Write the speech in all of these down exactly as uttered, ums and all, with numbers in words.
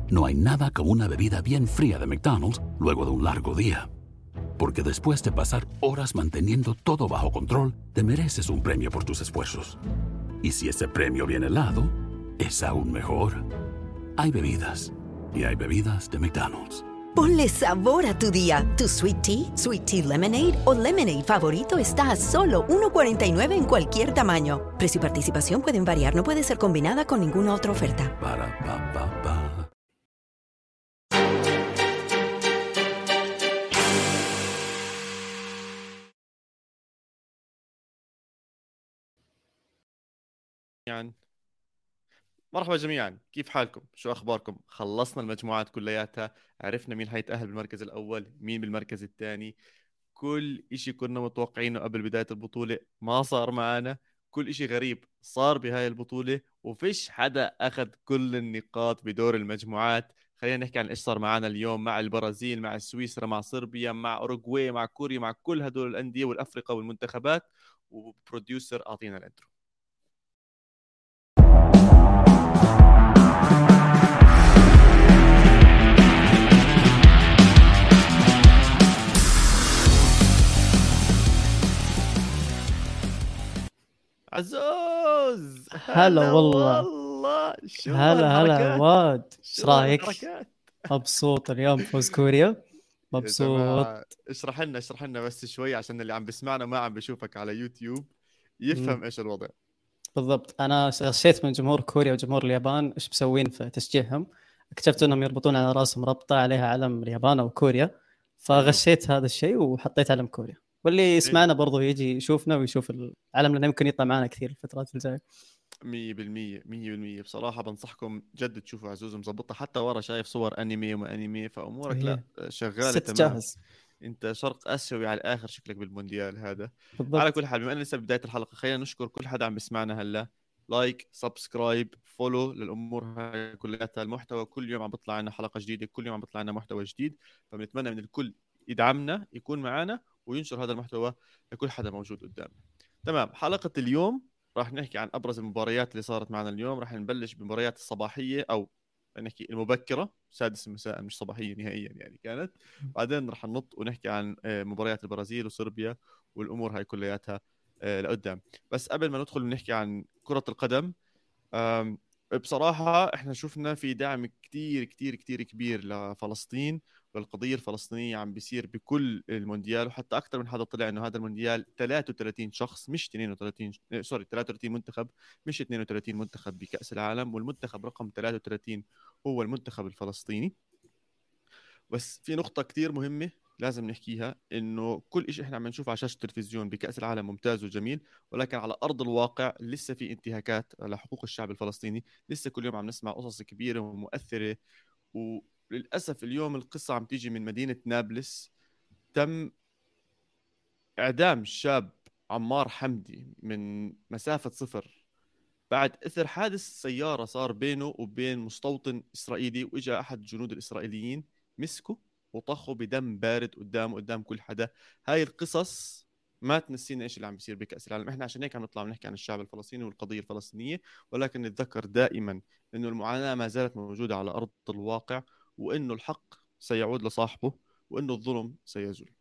No hay nada como una bebida bien fría de McDonald's luego de un largo día. Porque después de pasar horas manteniendo todo bajo control, te mereces un premio por tus esfuerzos. Y si ese premio viene helado, es aún mejor. Hay bebidas. Y hay bebidas de McDonald's. Ponle sabor a tu día. Tu Sweet Tea, Sweet Tea Lemonade o Lemonade favorito está a solo uno cuarenta y nueve en cualquier tamaño. Precio y participación pueden variar. No puede ser combinada con ninguna otra oferta. Para, pa, pa, pa. يعني مرحبا جميعا، كيف حالكم؟ شو أخباركم؟ خلصنا المجموعات كلياتها، عرفنا مين هيتأهل بالمركز الأول، مين بالمركز الثاني. كل إشي كنا متوقعينه قبل بداية البطولة ما صار معنا. كل إشي غريب صار بهاي البطولة، وفيش حدا أخذ كل النقاط بدور المجموعات. خلينا نحكي عن إيش صار معنا اليوم مع البرازيل، مع سويسرا، مع صربيا، مع أوروغواي، مع كوريا، مع كل هدول الأندية والأفريقيا والمنتخبات. وبروديوسر أعطينا الانترو. عزوز، هلا والله. والله شو هلا هلا هالحركات؟ عواد، ايش شو رايك؟ هالحركات؟ مبسوط اليوم فوز كوريا؟ يا مبسوط. جماعة اشرح لنا اشرح لنا بس شوي عشان اللي عم بسمعنا ما عم بشوفك على يوتيوب يفهم مم. ايش الوضع. بالضبط، انا غشيت من جمهور كوريا وجمهور اليابان ايش مسوين في تشجيعهم. اكتشفت انهم يربطون على راسهم ربطه عليها علم اليابان او كوريا، فغشيت هذا الشيء وحطيت علم كوريا. واللي يسمعنا برضو يجي يشوفنا ويشوف العلم، لانه يمكن يطلع معنا كثير الفترات الجايه. مية بالمية مية بالمية بصراحة بنصحكم جد تشوفوا عزوز مزبطة، حتى ورا شايف صور انمي وما انمي، فامورك لا هي شغالة ست تمام. جاهز. انت شرق اسيوي على الاخر شكلك بالمونديال هذا. بالضبط. على كل حال، بما ان لسه بدايه الحلقه، خلينا نشكر كل حدا عم بيسمعنا هلا. لايك، سبسكرايب، فولو للامور هاي كلياتها. المحتوى كل يوم عم بيطلع لنا حلقه جديده، كل يوم عم بيطلع لنا محتوى جديد، فبنتمنى من الكل يدعمنا، يكون معنا وينشر هذا المحتوى لكل حدا موجود قدامنا. تمام، حلقه اليوم راح نحكي عن ابرز المباريات اللي صارت معنا اليوم. راح نبلش بالمباريات الصباحيه او نحكي المبكره، سادس مساء، مش صباحيه نهائيا يعني كانت. بعدين رح ننط ونحكي عن مباريات البرازيل وصربيا والامور هاي كلياتها لقدام. بس قبل ما ندخل بنحكي عن كرة القدم، بصراحة احنا شفنا في دعم كتير كتير كتير كبير لفلسطين والقضية الفلسطينية عم بيصير بكل المونديال، وحتى أكثر من حدا طلع إنه هذا المونديال ثلاثة وثلاثين شخص مش اثنين وثلاثين، سوري ثلاثة وثلاثين منتخب مش اثنين وثلاثين منتخب بكأس العالم، والمنتخب رقم ثلاثة وثلاثين هو المنتخب الفلسطيني. بس في نقطة كتير مهمة لازم نحكيها، إنه كل إشي إحنا عم نشوفه على شاشة التلفزيون بكأس العالم ممتاز وجميل، ولكن على أرض الواقع لسه في انتهاكات على حقوق الشعب الفلسطيني. لسه كل يوم عم نسمع قصص كبيرة ومؤثرة، وللأسف اليوم القصة عم تيجي من مدينة نابلس. تم إعدام الشاب عمار حمدي من مسافة صفر بعد إثر حادث سيارة صار بينه وبين مستوطن إسرائيلي، وإجا أحد الجنود الإسرائيليين مسكه وطخه بدم بارد قدامه قدام كل حدا. هاي القصص ما تنسينا إيش اللي عم بيصير بكأس العالم. إحنا عشان هيك عم نطلع ونحكي عن الشعب الفلسطيني والقضية الفلسطينية، ولكن نتذكر دائما إنه المعاناة ما زالت موجودة على أرض الواقع، وإنه الحق سيعود لصاحبه، وإنه الظلم سيزول.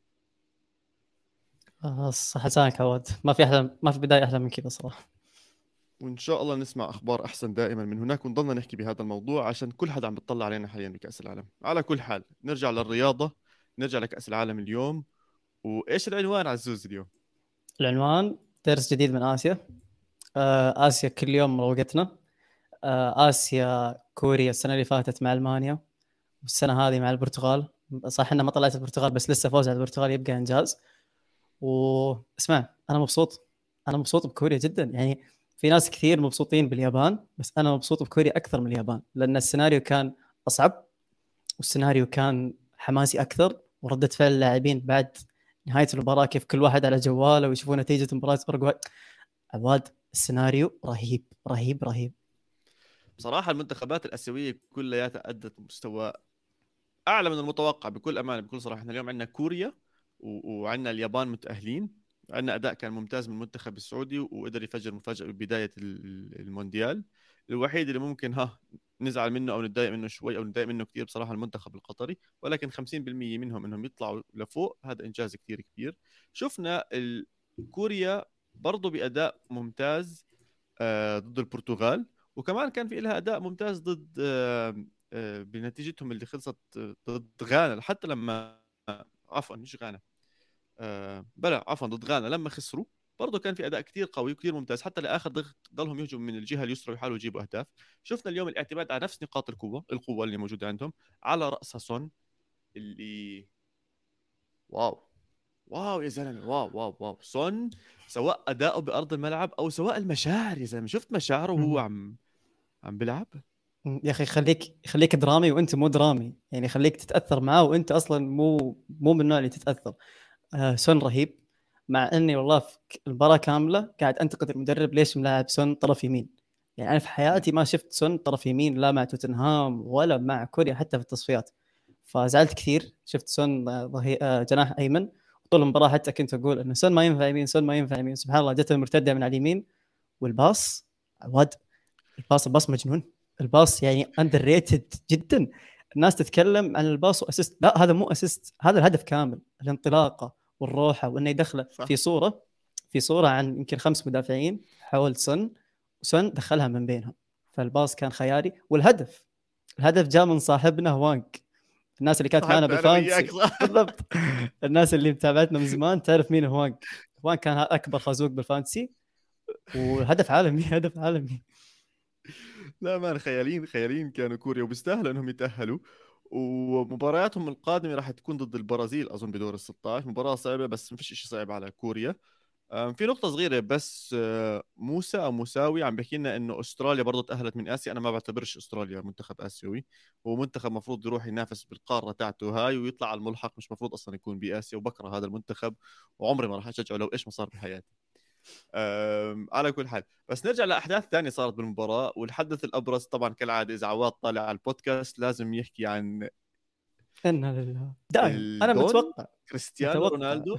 آه صح لسانك عواد، ما في أحلى، ما في بداية أحلى من كذا صراحة. وإن شاء الله نسمع أخبار أحسن دائما من هناك، ونضلنا نحكي بهذا الموضوع عشان كل حدا عم بتطلع علينا حاليا بكأس العالم. على كل حال نرجع للرياضة، نرجع لكأس العالم اليوم. وإيش العنوان عزوز اليوم؟ العنوان درس جديد من آسيا. آه آسيا كل يوم مروقتنا. آه آسيا كوريا السنة اللي فاتت مع ألمانيا، والسنة هذه مع البرتغال. صح إنه ما طلعت البرتغال، بس لسه فوز على البرتغال يبقى إنجاز. واسمع، أنا مبسوط، أنا مبسوط بكوريا جدا. يعني في ناس كثير مبسوطين باليابان، بس أنا مبسوط بكوريا أكثر من اليابان، لأن السيناريو كان أصعب، والسيناريو كان حماسي أكثر، وردة فعل اللاعبين بعد نهاية المباراة كيف كل واحد على جواله ويشوفون نتيجة مباراة أوروغواي. عواد السيناريو رهيب رهيب رهيب. بصراحة المنتخبات الآسيوية كلياتها أدت مستوى أعلى من المتوقع بكل أمانة، بكل صراحة. إحنا اليوم عندنا كوريا و... وعندنا اليابان متأهلين. عندنا أداء كان ممتاز من المنتخب السعودي، وقدر يفجر مفاجأة ببداية المونديال. الوحيد اللي ممكن ها نزعل منه او نتضايق منه شوي او نتضايق منه كثير بصراحه المنتخب القطري، ولكن خمسين بالمية منهم انهم يطلعوا لفوق هذا انجاز كثير كبير. شفنا كوريا برضو باداء ممتاز آه ضد البرتغال، وكمان كان في لها اداء ممتاز ضد آه آه بنتيجتهم اللي خلصت ضد غانا، حتى لما عفوا مش غانا آه بلا عفوا ضد غانا لما خسروا برضه كان في اداء كتير قوي وكتير ممتاز، حتى لاخر ضغط ضلهم يهجموا من الجهه اليسرى ويحاولوا يجيبوا اهداف. شفنا اليوم الاعتماد على نفس نقاط القوه القوه اللي موجوده عندهم، على راسها سون اللي واو واو يا زلمه واو واو واو سون، سواء اداؤه بارض الملعب او سواء المشاعر يا زلمه، شفت مشاعره وهو عم عم بيلعب. يا اخي خليك خليك درامي وانت مو درامي، يعني خليك تتاثر معاه وانت اصلا مو مو من النوع اللي تتاثر. آه سون رهيب، مع اني والله في المباراه كامله قاعد انتقد المدرب ليش ملاعب سون طرف يمين. يعني انا في حياتي ما شفت سون طرف يمين لا مع توتنهام ولا مع كوريا حتى في التصفيات، فزعلت كثير. شفت سون ظهي... آه جناح ايمن طول المباراه، حتى كنت اقول انه سون ما ينفع يمين سون ما ينفع يمين. سبحان الله جت المرتده من على اليمين والباص عواد، الباص الباص مجنون، الباص يعني اندر ريتد جدا. الناس تتكلم عن الباص واسيست، لا هذا مو اسيست، هذا الهدف كامل. الانطلاقه والروحه وانه يدخله في صوره في صوره عن يمكن خمس مدافعين حول سون، وسون دخلها من بينهم، فالباص كان خيالي. والهدف الهدف جاء من صاحبنا هوانك. الناس اللي كانت معنا بالفانسي بالضبط الناس اللي متابعتنا من زمان تعرف مين هوانك. هوانك كان اكبر خازوق بالفانسي، وهدف عالمي هدف عالمي. لا مان خيالين خيالين كانوا كوريا، وبيستاهلوا انهم يتأهلوا. ومبارياتهم القادمة راح تكون ضد البرازيل اظن بدور الستة عشر، مباراة صعبة بس ما فيش شيء صعب على كوريا. في نقطة صغيرة بس، موسى أو مساوي عم بحكي لنا إنه أستراليا برضو تأهلت من آسيا. أنا ما بعتبرش أستراليا منتخب آسيوي، هو منتخب مفروض يروح ينافس بالقارة تاعته هاي ويطلع على الملحق، مش مفروض أصلا يكون بآسيا. وبكره هذا المنتخب وعمري ما راح أشجعه لو إيش ما صار بحياتي. على كل حال بس نرجع لأحداث ثانية صارت بالمباراة، والحدث الأبرز طبعا كالعادة إذا عواد طالع على البودكاست لازم يحكي عن إنا لله دائما أنا متوقع كريستيانو متوقع. رونالدو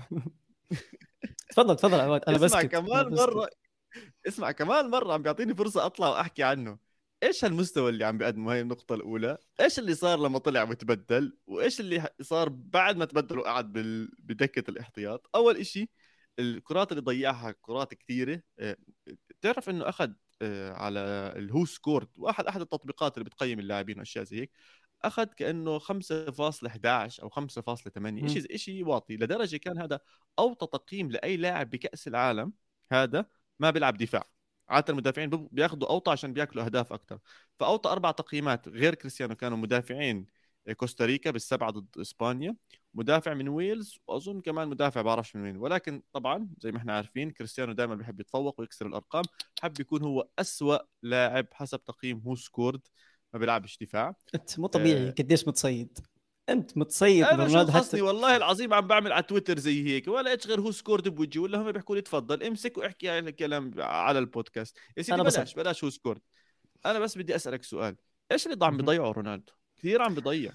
تفضل تفضل عواد انا اسمع بسكت كمان بسكت. مره اسمع كمان مره عم بيعطيني فرصه اطلع واحكي عنه. ايش هالمستوى اللي عم بيقدمه؟ هاي النقطه الاولى. ايش اللي صار لما طلع وتبدل، وايش اللي صار بعد ما تبدل وقعد بال... بدكه الاحتياط؟ اول إشي الكرات اللي ضيعها كرات كثيره. تعرف انه اخذ على الهو سكورد، واحد احد التطبيقات اللي بتقيم اللاعبين واشياء زي هيك، اخذ كانه خمسة فاصلة إحدى عشر او خمسة فاصلة ثمانية، شيء شيء واطي لدرجه كان هذا اوطى تقييم لاي لاعب بكاس العالم. هذا ما بيلعب دفاع، عاده المدافعين بياخذوا اوطى عشان بياكلوا اهداف اكثر. فاوطى اربع تقييمات غير كريستيانو كانوا مدافعين كوستاريكا بالسبعه ضد اسبانيا، مدافع من ويلز، واظن كمان مدافع بعرفش من وين. ولكن طبعا زي ما احنا عارفين كريستيانو دائما بيحب يتفوق ويكسر الارقام، حب يكون هو أسوأ لاعب حسب تقييم هو سكورد، ما بيلعبش دفاع. انت مو طبيعي آه. قديش متصيد انت متصيد انا شو خصني حتى... والله العظيم عم بعمل على تويتر زي هيك ولا ايش غير هو سكورد بوجهي، ولا هم بيحكوا لي تفضل امسك واحكي الكلام على البودكاست يا سيدي. بلاش بس... بلاش هو سكورد. انا بس بدي اسالك سؤال، ايش اللي عم بيضيعه رونالدو؟ كثير عم بيضيع.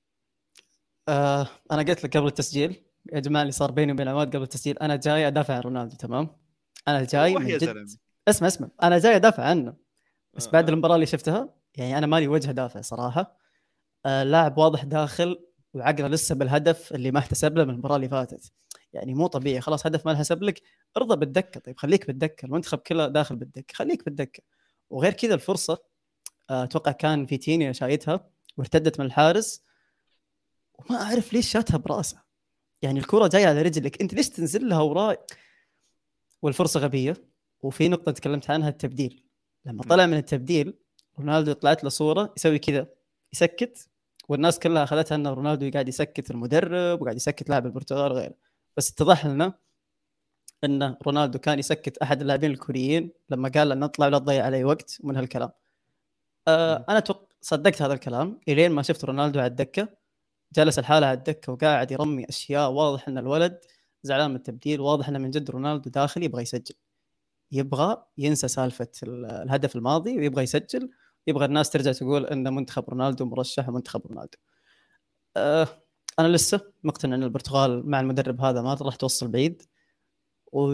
آه انا قلت لك قبل التسجيل يا جماعه اللي صار بيني وبين عواد قبل التسجيل، انا جاي ادافع عن رونالدو تمام. انا جاي من جد اسمع اسمع انا جاي ادافع عنه، بس آه بعد آه. المباراه اللي شفتها يعني انا مالي وجه دافع صراحه. آه لاعب واضح داخل وعقله لسه بالهدف اللي ما احتسب له من المباراه اللي فاتت، يعني مو طبيعي. خلاص هدف ما انحسب لك ارضى بالدكه، طيب خليك بالدكه، المنتخب كله داخل بالدكه خليك بالدكه. وغير كذا الفرصه اتوقع آه كان فيتينيا شايتها وارتدت من الحارس وما اعرف ليش شاتها براسه، يعني الكره جايه على رجلك انت ليش تنزل لها وراء؟ والفرصه غبيه. وفي نقطه تكلمت عنها التبديل، لما طلع من التبديل رونالدو طلعت له صوره يسوي كذا يسكت، والناس كلها اخذتها ان رونالدو قاعد يسكت المدرب وقاعد يسكت لاعب البرتغال وغيره، بس اتضح لنا ان رونالدو كان يسكت احد اللاعبين الكوريين لما قال انه اطلع ولا تضيع علي وقت ومن هالكلام. أه انا توق... صدقت هذا الكلام الين ما شفت رونالدو على الدكه جلس الحالة على الدكة وقاعد يرمي أشياء، واضح أن الولد زعلان من التبديل، واضح أنه من جد رونالدو داخل يبغى يسجل، يبغى ينسى سالفة الهدف الماضي ويبغى يسجل، يبغى الناس ترجع تقول أن منتخب رونالدو مرشح ومنتخب رونالدو. أه أنا لسه مقتنع أن البرتغال مع المدرب هذا ما راح توصل بعيد،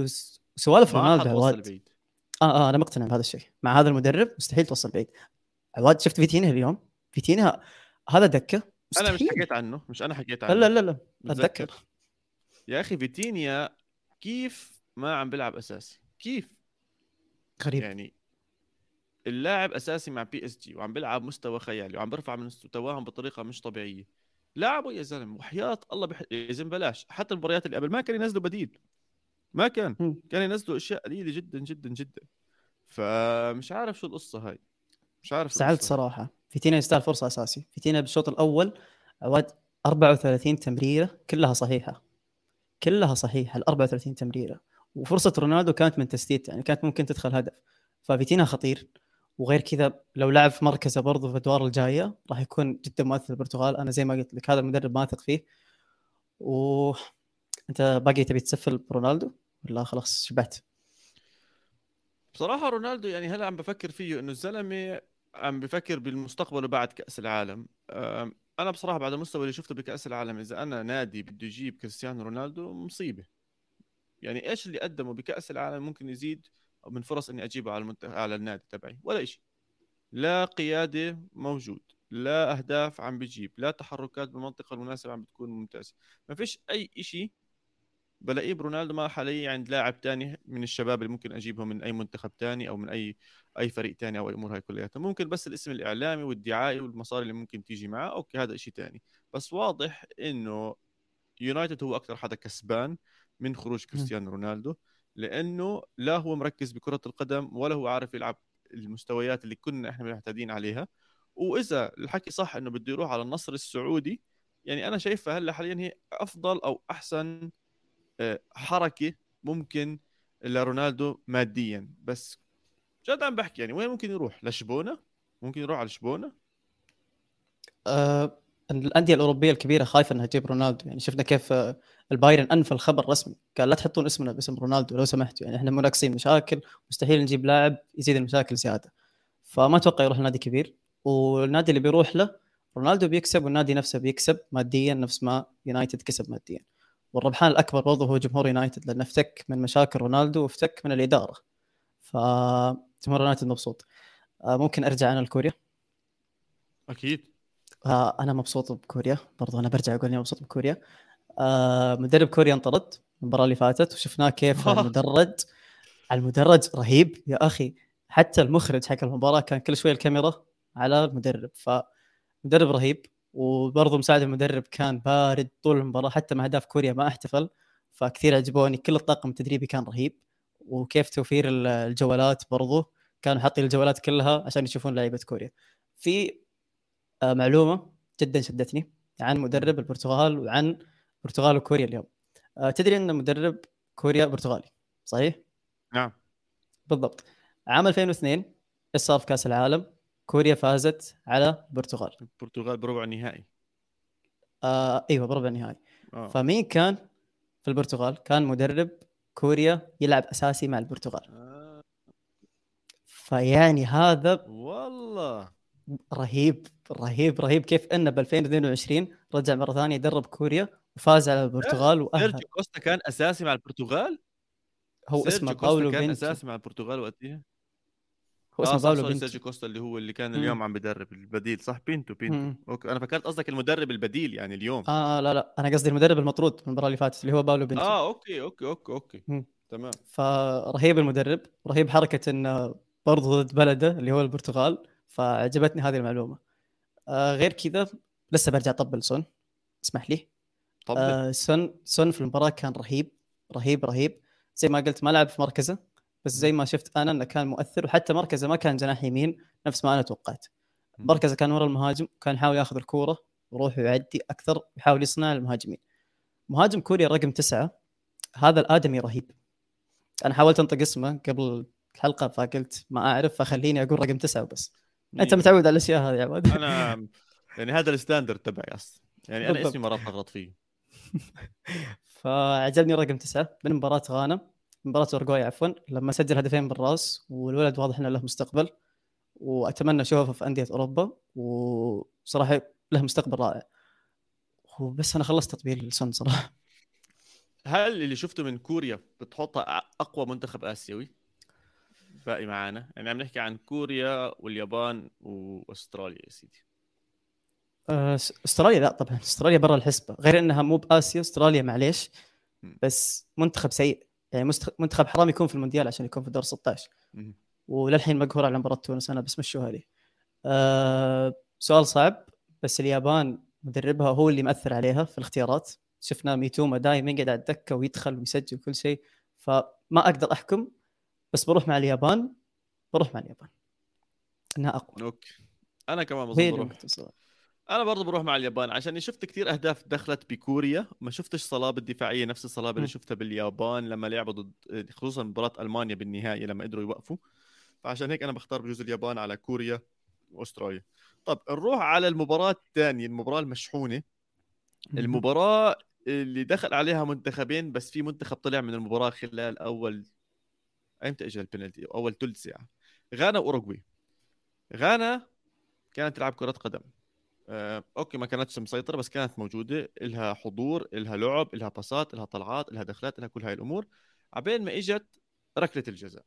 وسوالف رونالدو عواد آه, آه أنا مقتنع بهذا الشيء، مع هذا المدرب مستحيل توصل بعيد. عواد شفت فيتينيا اليوم؟ فيتينيا هذا دكه انا مش مستحيل. حكيت عنه مش انا حكيت لا عنه لا لا لا بتذكر اتذكر. يا اخي فيتينيا كيف ما عم بيلعب اساسي؟ كيف غريب. يعني اللاعب اساسي مع بي اس جي وعم بيلعب مستوى خيالي وعم بيرفع من مستواهم بطريقه مش طبيعيه. لاعبوا يا زلمه وحياة الله بح... يا زلمه بلاش. حتى المباريات اللي قبل ما كان ينزلوا بديل، ما كان مم. كان ينزلوا اشياء قليله جدا جدا جدا. فمش عارف شو القصه هاي، مش عارف شو زعلت القصه هاي. صراحه. فيتينيا يستاهل فرصه اساسي. فيتينيا بالشوط الاول عواد أربعة وثلاثين تمريره كلها صحيحه، كلها صحيحه ال أربعة وثلاثين تمريره. وفرصه رونالدو كانت من تسديد، يعني كانت ممكن تدخل هدف. ففيتينيا خطير. وغير كذا لو لعب في مركزه برضه في الادوار الجايه راح يكون جدا مؤثر البرتغال. انا زي ما قلت لك هذا المدرب ما اثق فيه. وانت باقي تبي تسفل برونالدو ولا خلاص شبعت؟ بصراحه رونالدو يعني هلا عم بفكر فيه انه الزلمه عم بفكر بالمستقبل بعد كاس العالم. أم، انا بصراحه بعد المستوى اللي شفته بكاس العالم، اذا انا نادي بده يجيب كريستيانو رونالدو مصيبه. يعني ايش اللي قدمه بكاس العالم ممكن يزيد من فرص اني اجيبه على المنتخب على النادي تبعي؟ ولا شيء. لا قياده موجود، لا اهداف عم بجيب، لا تحركات بالمنطقه المناسبه عم بتكون ممتازه. ما فيش اي شيء بلاقيه برونالدو ما حاليا عند لاعب تاني من الشباب اللي ممكن اجيبهم من اي منتخب تاني او من اي اي فريق تاني او اي امور هاي كلياتها. ممكن بس الاسم الاعلامي والدعائي والمصاري اللي ممكن تيجي معاه، اوكي هذا شيء تاني. بس واضح انه يونايتد هو اكثر حدا كسبان من خروج كريستيانو رونالدو، لانه لا هو مركز بكرة القدم ولا هو عارف يلعب المستويات اللي كنا احنا معتادين عليها. واذا الحكي صح انه بده يروح على النصر السعودي، يعني انا شايفها هلا حاليا هي افضل او احسن آه، حركة ممكن لرونالدو ماديا. بس جد عم بحكي يعني وين ممكن يروح؟ لشبونة؟ ممكن يروح على شبونة. آه، الأندية الأوروبية الكبيرة خايفة أنها تجيب رونالدو. يعني شفنا كيف آه، البايرن أنفى الخبر رسمي، قال لا تحطون اسمنا باسم رونالدو لو سمحتوا، يعني إحنا مناقصين مشاكل، مستحيل نجيب لاعب يزيد المشاكل زيادة. فما أتوقع يروح لنادي كبير. والنادي اللي بيروح له رونالدو بيكسب والنادي نفسه بيكسب ماديا نفس ما يونايتد كسب ماديا. والربحان الأكبر برضه هو جمهور يونايتد، لأنه افتك من مشاكل رونالدو وافتك من الإدارة. فجمهور يونايتد مبسوط. آه، ممكن أرجع أنا لكوريا. اكيد. آه، أنا مبسوط بكوريا برضو. أنا برجع أقول إني مبسوط بكوريا. آه، مدرب كوريا انطرد المباراة اللي فاتت وشفناه كيف على المدرج. على المدرج رهيب يا أخي. حتى المخرج حق المباراة كان كل شوية الكاميرا على المدرب. فمدرب رهيب. وبرضو مساعد المدرب كان بارد طول المباراة، حتى مع أهداف كوريا ما احتفل. فكثير عجبوني. كل الطاقم التدريبي كان رهيب. وكيف توفير الجوالات برضو، كانوا حاطين الجوالات كلها عشان يشوفون لعيبة كوريا. في آه، معلومة جدا شدتني عن مدرب البرتغال وعن البرتغال وكوريا اليوم. آه، تدري أن مدرب كوريا برتغالي صحيح؟ نعم. بالضبط. عام ألفين واثنين صار في كأس العالم كوريا فازت على البرتغال. البرتغال بربع النهائي. آه أيوة بربع النهائي. آه. فمين كان في البرتغال؟ كان مدرب كوريا يلعب أساسي مع البرتغال. آه. فيعني هذا والله رهيب رهيب رهيب. كيف أنه ب ألفين واثنين وعشرين رجع مرة ثانية يدرب كوريا وفاز على البرتغال وأهل. سيرجيو كوستا كان اساسي مع البرتغال. هو اسمه سيرجيو كوستا باولو كان بينتو. اساسي مع البرتغال وقتها. هو اه اسمه صح باولو سوري، بينتو. سيرجيو كوستا اللي هو اللي كان مم. اليوم عم بدرب البديل، صح؟ بينتو بينتو مم. اوكي. انا فكرت قصدك المدرب البديل يعني اليوم. آه لا لا أنا قصدي المدرب المطرود من المباراة اللي فاتت اللي هو باولو بينتو. اه اوكي اوكي اوكي اوكي مم. تمام. فرهيب المدرب. رهيب حركة إنه برضو ضد بلده اللي هو البرتغال. فعجبتني هذه المعلومة. آه غير كذا لسه برجع طبل سون، اسمح لي. طبل. آه سون سون في المباراة كان رهيب رهيب رهيب. زي ما قلت ما لعب في مركزه، بس زي ما شفت أنا إنه كان مؤثر. وحتى مركزه ما كان جناح يمين نفس ما أنا توقعت. مركزه كان ورا المهاجم، كان يحاول ياخذ الكورة ويروح ويعدي أكثر ويحاول يصنع المهاجمين. مهاجم كوريا رقم تسعة هذا الآدمي رهيب. أنا حاولت أنطق اسمه قبل الحلقة فقلت ما أعرف، فخليني أقول رقم تسعة وبس. أنت متعود على الأشياء هذه يا عباد. انا يعني هذا الستاندرد تبعي اصلا، يعني انا بالضبط. اسمي مرات اغلط فيه. فعجبني رقم تسعة من مباراة غانا، مباراة أورجواي عفوا، لما سجل هدفين بالراس. والولد واضح أنه له مستقبل، وأتمنى أشوفه في أندية أوروبا. وصراحة له مستقبل رائع. وبس أنا خلصت تطبيل السن صراحة. هل اللي شفته من كوريا بتحطها اقوى منتخب اسيوي؟ باقي معانا؟ يعني عم نحكي عن كوريا واليابان واستراليا يا سيدي. آه، استراليا لا طبعا، استراليا برا الحسبه، غير انها مو باسيا. استراليا معليش بس منتخب سيء، يعني منتخب حرام يكون في المونديال عشان يكون في دور ستة عشر، وللحين مقهور على مباراه تونس. انا بس مشوها لي. أه سؤال صعب، بس اليابان مدربها هو اللي مأثر عليها في الاختيارات. شفنا ميتوما دائما يقعد على الدكه ويدخل ويسجل كل شيء، فما اقدر احكم، بس بروح مع اليابان. بروح مع اليابان انها اقوى. اوكي انا كمان بظن بروح، بروح. انا برضه بروح مع اليابان عشان شفت كتير اهداف دخلت بكوريا، ما شفتش صلابه الدفاعيه نفس الصلابه اللي شفتها باليابان لما لعبوا ضد، خصوصا مباراه المانيا بالنهائي لما قدروا يوقفوا. فعشان هيك انا بختار بجوز اليابان على كوريا واستراليا. طب نروح على المباراه الثانيه، المباراه المشحونه، المباراه اللي دخل عليها منتخبين، بس في منتخب طلع من المباراه خلال اول ايمتى اجى البنالتي، اول ثلث ساعه. غانا واوروغواي. غانا كانت تلعب كره قدم، آه، اوكي ما كانتش مسيطره بس كانت موجوده، إلها حضور، إلها لعب، إلها باصات، إلها طلعات، إلها دخلات، إلها كل هاي الامور. عبين ما اجت ركله الجزاء،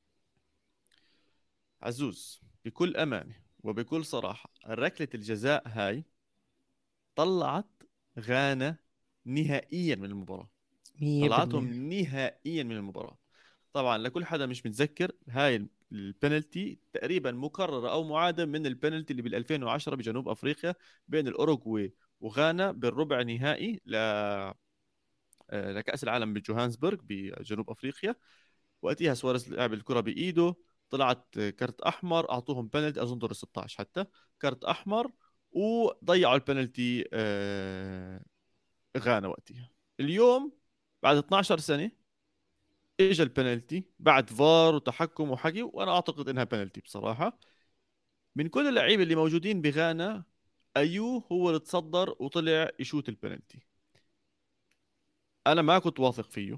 عزوز بكل امانه وبكل صراحه، ركله الجزاء هاي طلعت غانا نهائيا من المباراه، طلعتهم نهائيا من المباراه. طبعا لكل حدا مش متذكر، هاي البنالتي تقريبا مكرره او معاده من البنالتي اللي بال ألفين وعشرة بجنوب افريقيا بين الاوروغواي وغانا بالربع نهائي ل لكأس العالم بجوهانسبرغ بجنوب افريقيا. وقتها سواريز لعب الكره بايده، طلعت كرت احمر، اعطوهم بنالتي اظن دور ستة عشر حتى كرت احمر، وضيعوا البنالتي غانا. وقتها اليوم بعد اثني عشر سنه اجى البنالتي بعد فار وتحكم وحكي، وانا اعتقد انها بنالتي بصراحه. من كل اللعيبه اللي موجودين بغانا، ايو هو اللي تصدر وطلع يشوت البنالتي. انا ما كنت واثق فيه،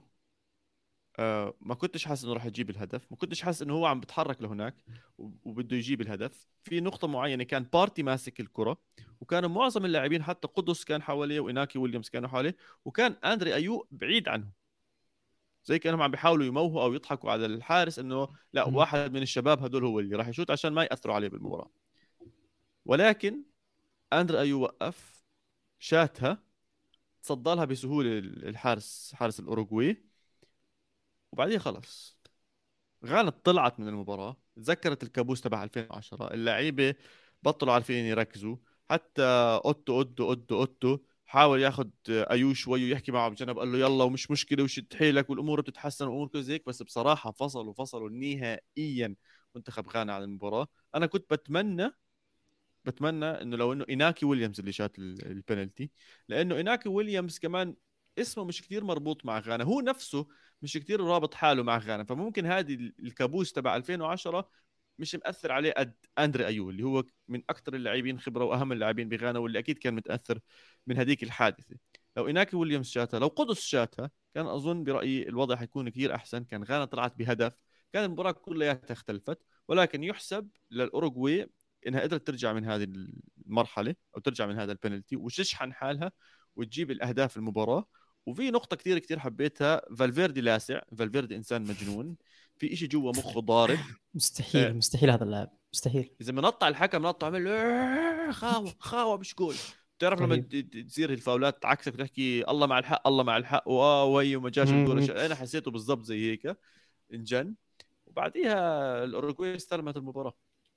أه ما كنتش حاسس انه راح يجيب الهدف، ما كنتش حاسس انه هو عم بتحرك لهناك وبده يجيب الهدف. في نقطه معينه كان بارتي ماسك الكره، وكانوا معظم اللاعبين حتى قدس كان حواليه وإناكي ويليامز كانوا حواليه، وكان اندري ايو بعيد عنه، زي كانهم عم بيحاولوا يموهوا او يضحكوا على الحارس انه لا واحد من الشباب هدول هو اللي راح يشوت عشان ما ياثروا عليه بالمباراه. ولكن اندري ايو وقف، شاتها، تصدى لها بسهوله الحارس، حارس الاوروغواي، وبعدين خلص غانا طلعت من المباراه. تذكرت الكابوس تبع ألفين وعشرة، اللعيبه بطلوا عارفين يركزوا، حتى اوتو اوتو اوتو اوتو حاول ياخذ ايو شوي ويحكي معه بجنب، قال له يلا ومش مشكله وشد حيلك والامور بتتحسن وامور كذا هيك. بس بصراحه فصلوا فصلوا نهائيا منتخب غانا عن المباراه. انا كنت بتمنى بتمنى انه لو انه إناكي ويليامز اللي شات البنالتي، لانه إناكي ويليامز كمان اسمه مش كتير مربوط مع غانا، هو نفسه مش كتير رابط حاله مع غانا، فممكن هذه الكابوس تبع ألفين وعشرة مش مأثر عليه قد أندري أيو اللي هو من أكثر اللاعبين خبرة وأهم اللاعبين بغانا، واللي أكيد كان متأثر من هذيك الحادثة. لو إناكي ويليامز شاتها، لو قدس شاتها، كان أظن برأيي الوضع حيكون كتير أحسن، كان غانا طلعت بهدف، كان المباراة كلها اختلفت. ولكن يحسب للأوروغواي انها قدرت ترجع من هذه المرحله او ترجع من هذا البنالتي وتشحن حالها وتجيب الاهداف المباراه. وفي نقطه كثير كثير حبيتها، فالفيردي لاسع، فالفيردي انسان مجنون، في إشي جوا مخه ضارب. مستحيل آه. مستحيل هذا اللاعب مستحيل. اذا منطع الحكم نطع عمل خاوه خاوه مش جول. بتعرف لما تصير الفاولات عكسك وتحكي الله مع الحق الله مع الحق واه وي وما جاش الجول، انا حسيته بالضبط زي هيك انجن. وبعديها الاوروغواي استلمت المباراه.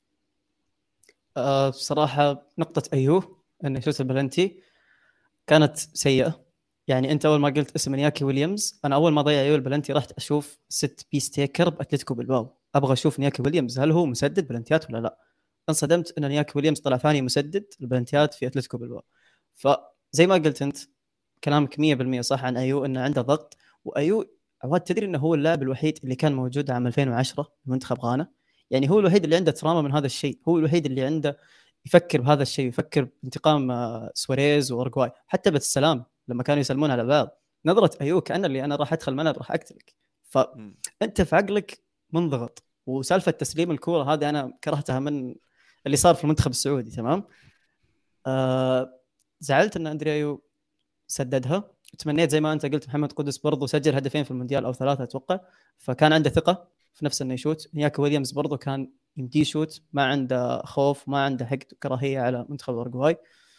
أه بصراحة نقطة أيوه أنه شوت البلنتي كانت سيئة. يعني أنت أول ما قلت اسم إنياكي ويليامز، أنا أول ما ضيع أيوه البلنتي رحت أشوف ست بيس تيكر بأتلتيكو بالباو، أبغى أشوف إنياكي ويليامز هل هو مسدد بلنتيات ولا لا. انصدمت أن إنياكي ويليامز طلع ثاني مسدد البلنتيات في أتلتيكو بالباو. فزي ما قلت أنت كلامك مية بالمية صح عن أيوه، أنه عنده ضغط. وأيوه عواد تدري أنه هو اللاعب الوحيد اللي كان موجود عام ألفين وعشرة منتخب غانا، يعني هو الوحيد اللي عنده تراما من هذا الشيء، هو الوحيد اللي عنده يفكر بهذا الشيء، يفكر بانتقام سواريز وأورغواي. حتى بالسلام لما كانوا يسلمون على بعض نظرة أيوه كأن اللي أنا راح أدخل ملعب راح أقتلك، فأنت في عقلك منضغط. وسالفة تسليم الكرة هذه أنا كرهتها من اللي صار في المنتخب السعودي. تمام آه زعلت أن أندري أيوه سددها. تمنيت زي ما أنت قلت محمد قدس برضو سجل هدفين في المونديال أو ثلاثة أتوقع، فكان عنده ثقة في نفس انه يشوت. نياكو ويليامز برضو كان يمدي شوت، ما عنده خوف، ما عنده حقد وكراهيه على منتخب الاورجواي.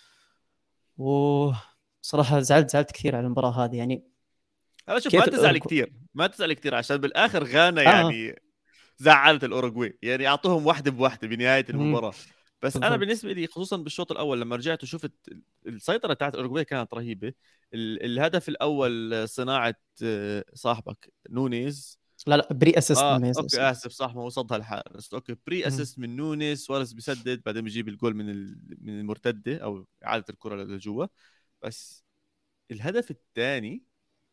وصراحه زعلت زعلت كثير على المباراه هذه. يعني انا شوف ما تزعل كثير ما تزعل كثير عشان بالاخر غانا يعني آه. زعلت الاوروغواي، يعني اعطوهم واحده بواحده بنهايه المباراه. بس انا بالنسبه لي خصوصا بالشوط الاول لما رجعت وشفت السيطره تاعت الاوروغواي كانت رهيبه. الهدف الاول صناعه صاحبك نونيز، لا لا بري اسيست آه نونيز. اوكي اسف صح ما وصلها الحارس. اوكي بري اسيست من نونيز، سواريز بيسدد بعدين بيجيب الجول من من المرتده او اعاده الكره لجوا. بس الهدف الثاني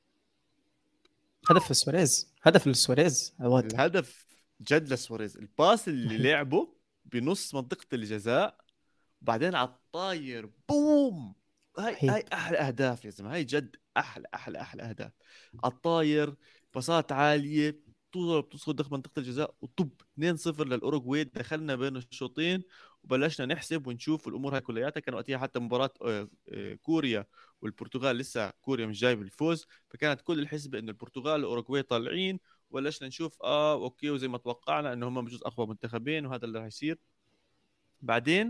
هدف سواريز، هدف لسواريز عواد. الهدف جد لسواريز، الباس اللي لعبه بنص منطقة الجزاء وبعدين على الطاير بوم. هاي هاي احلى اهداف يا زلمه، هاي جد احلى احلى احلى اهداف. على الطاير باصات عاليه طول بتصل داخل منطقه الجزاء وطب اثنين صفر للاوروغواي. دخلنا بين الشوطين وبلشنا نحسب ونشوف الامور هاي كلياتها. كان وقتها حتى مباراه كوريا والبرتغال لسه كوريا مش جايب الفوز، فكانت كل الحسبه انه البرتغال والاوروغواي طالعين. ولشنا نشوف اه اوكي وزي ما توقعنا انه هم بجوز اقوى منتخبين وهذا اللي راح يصير. بعدين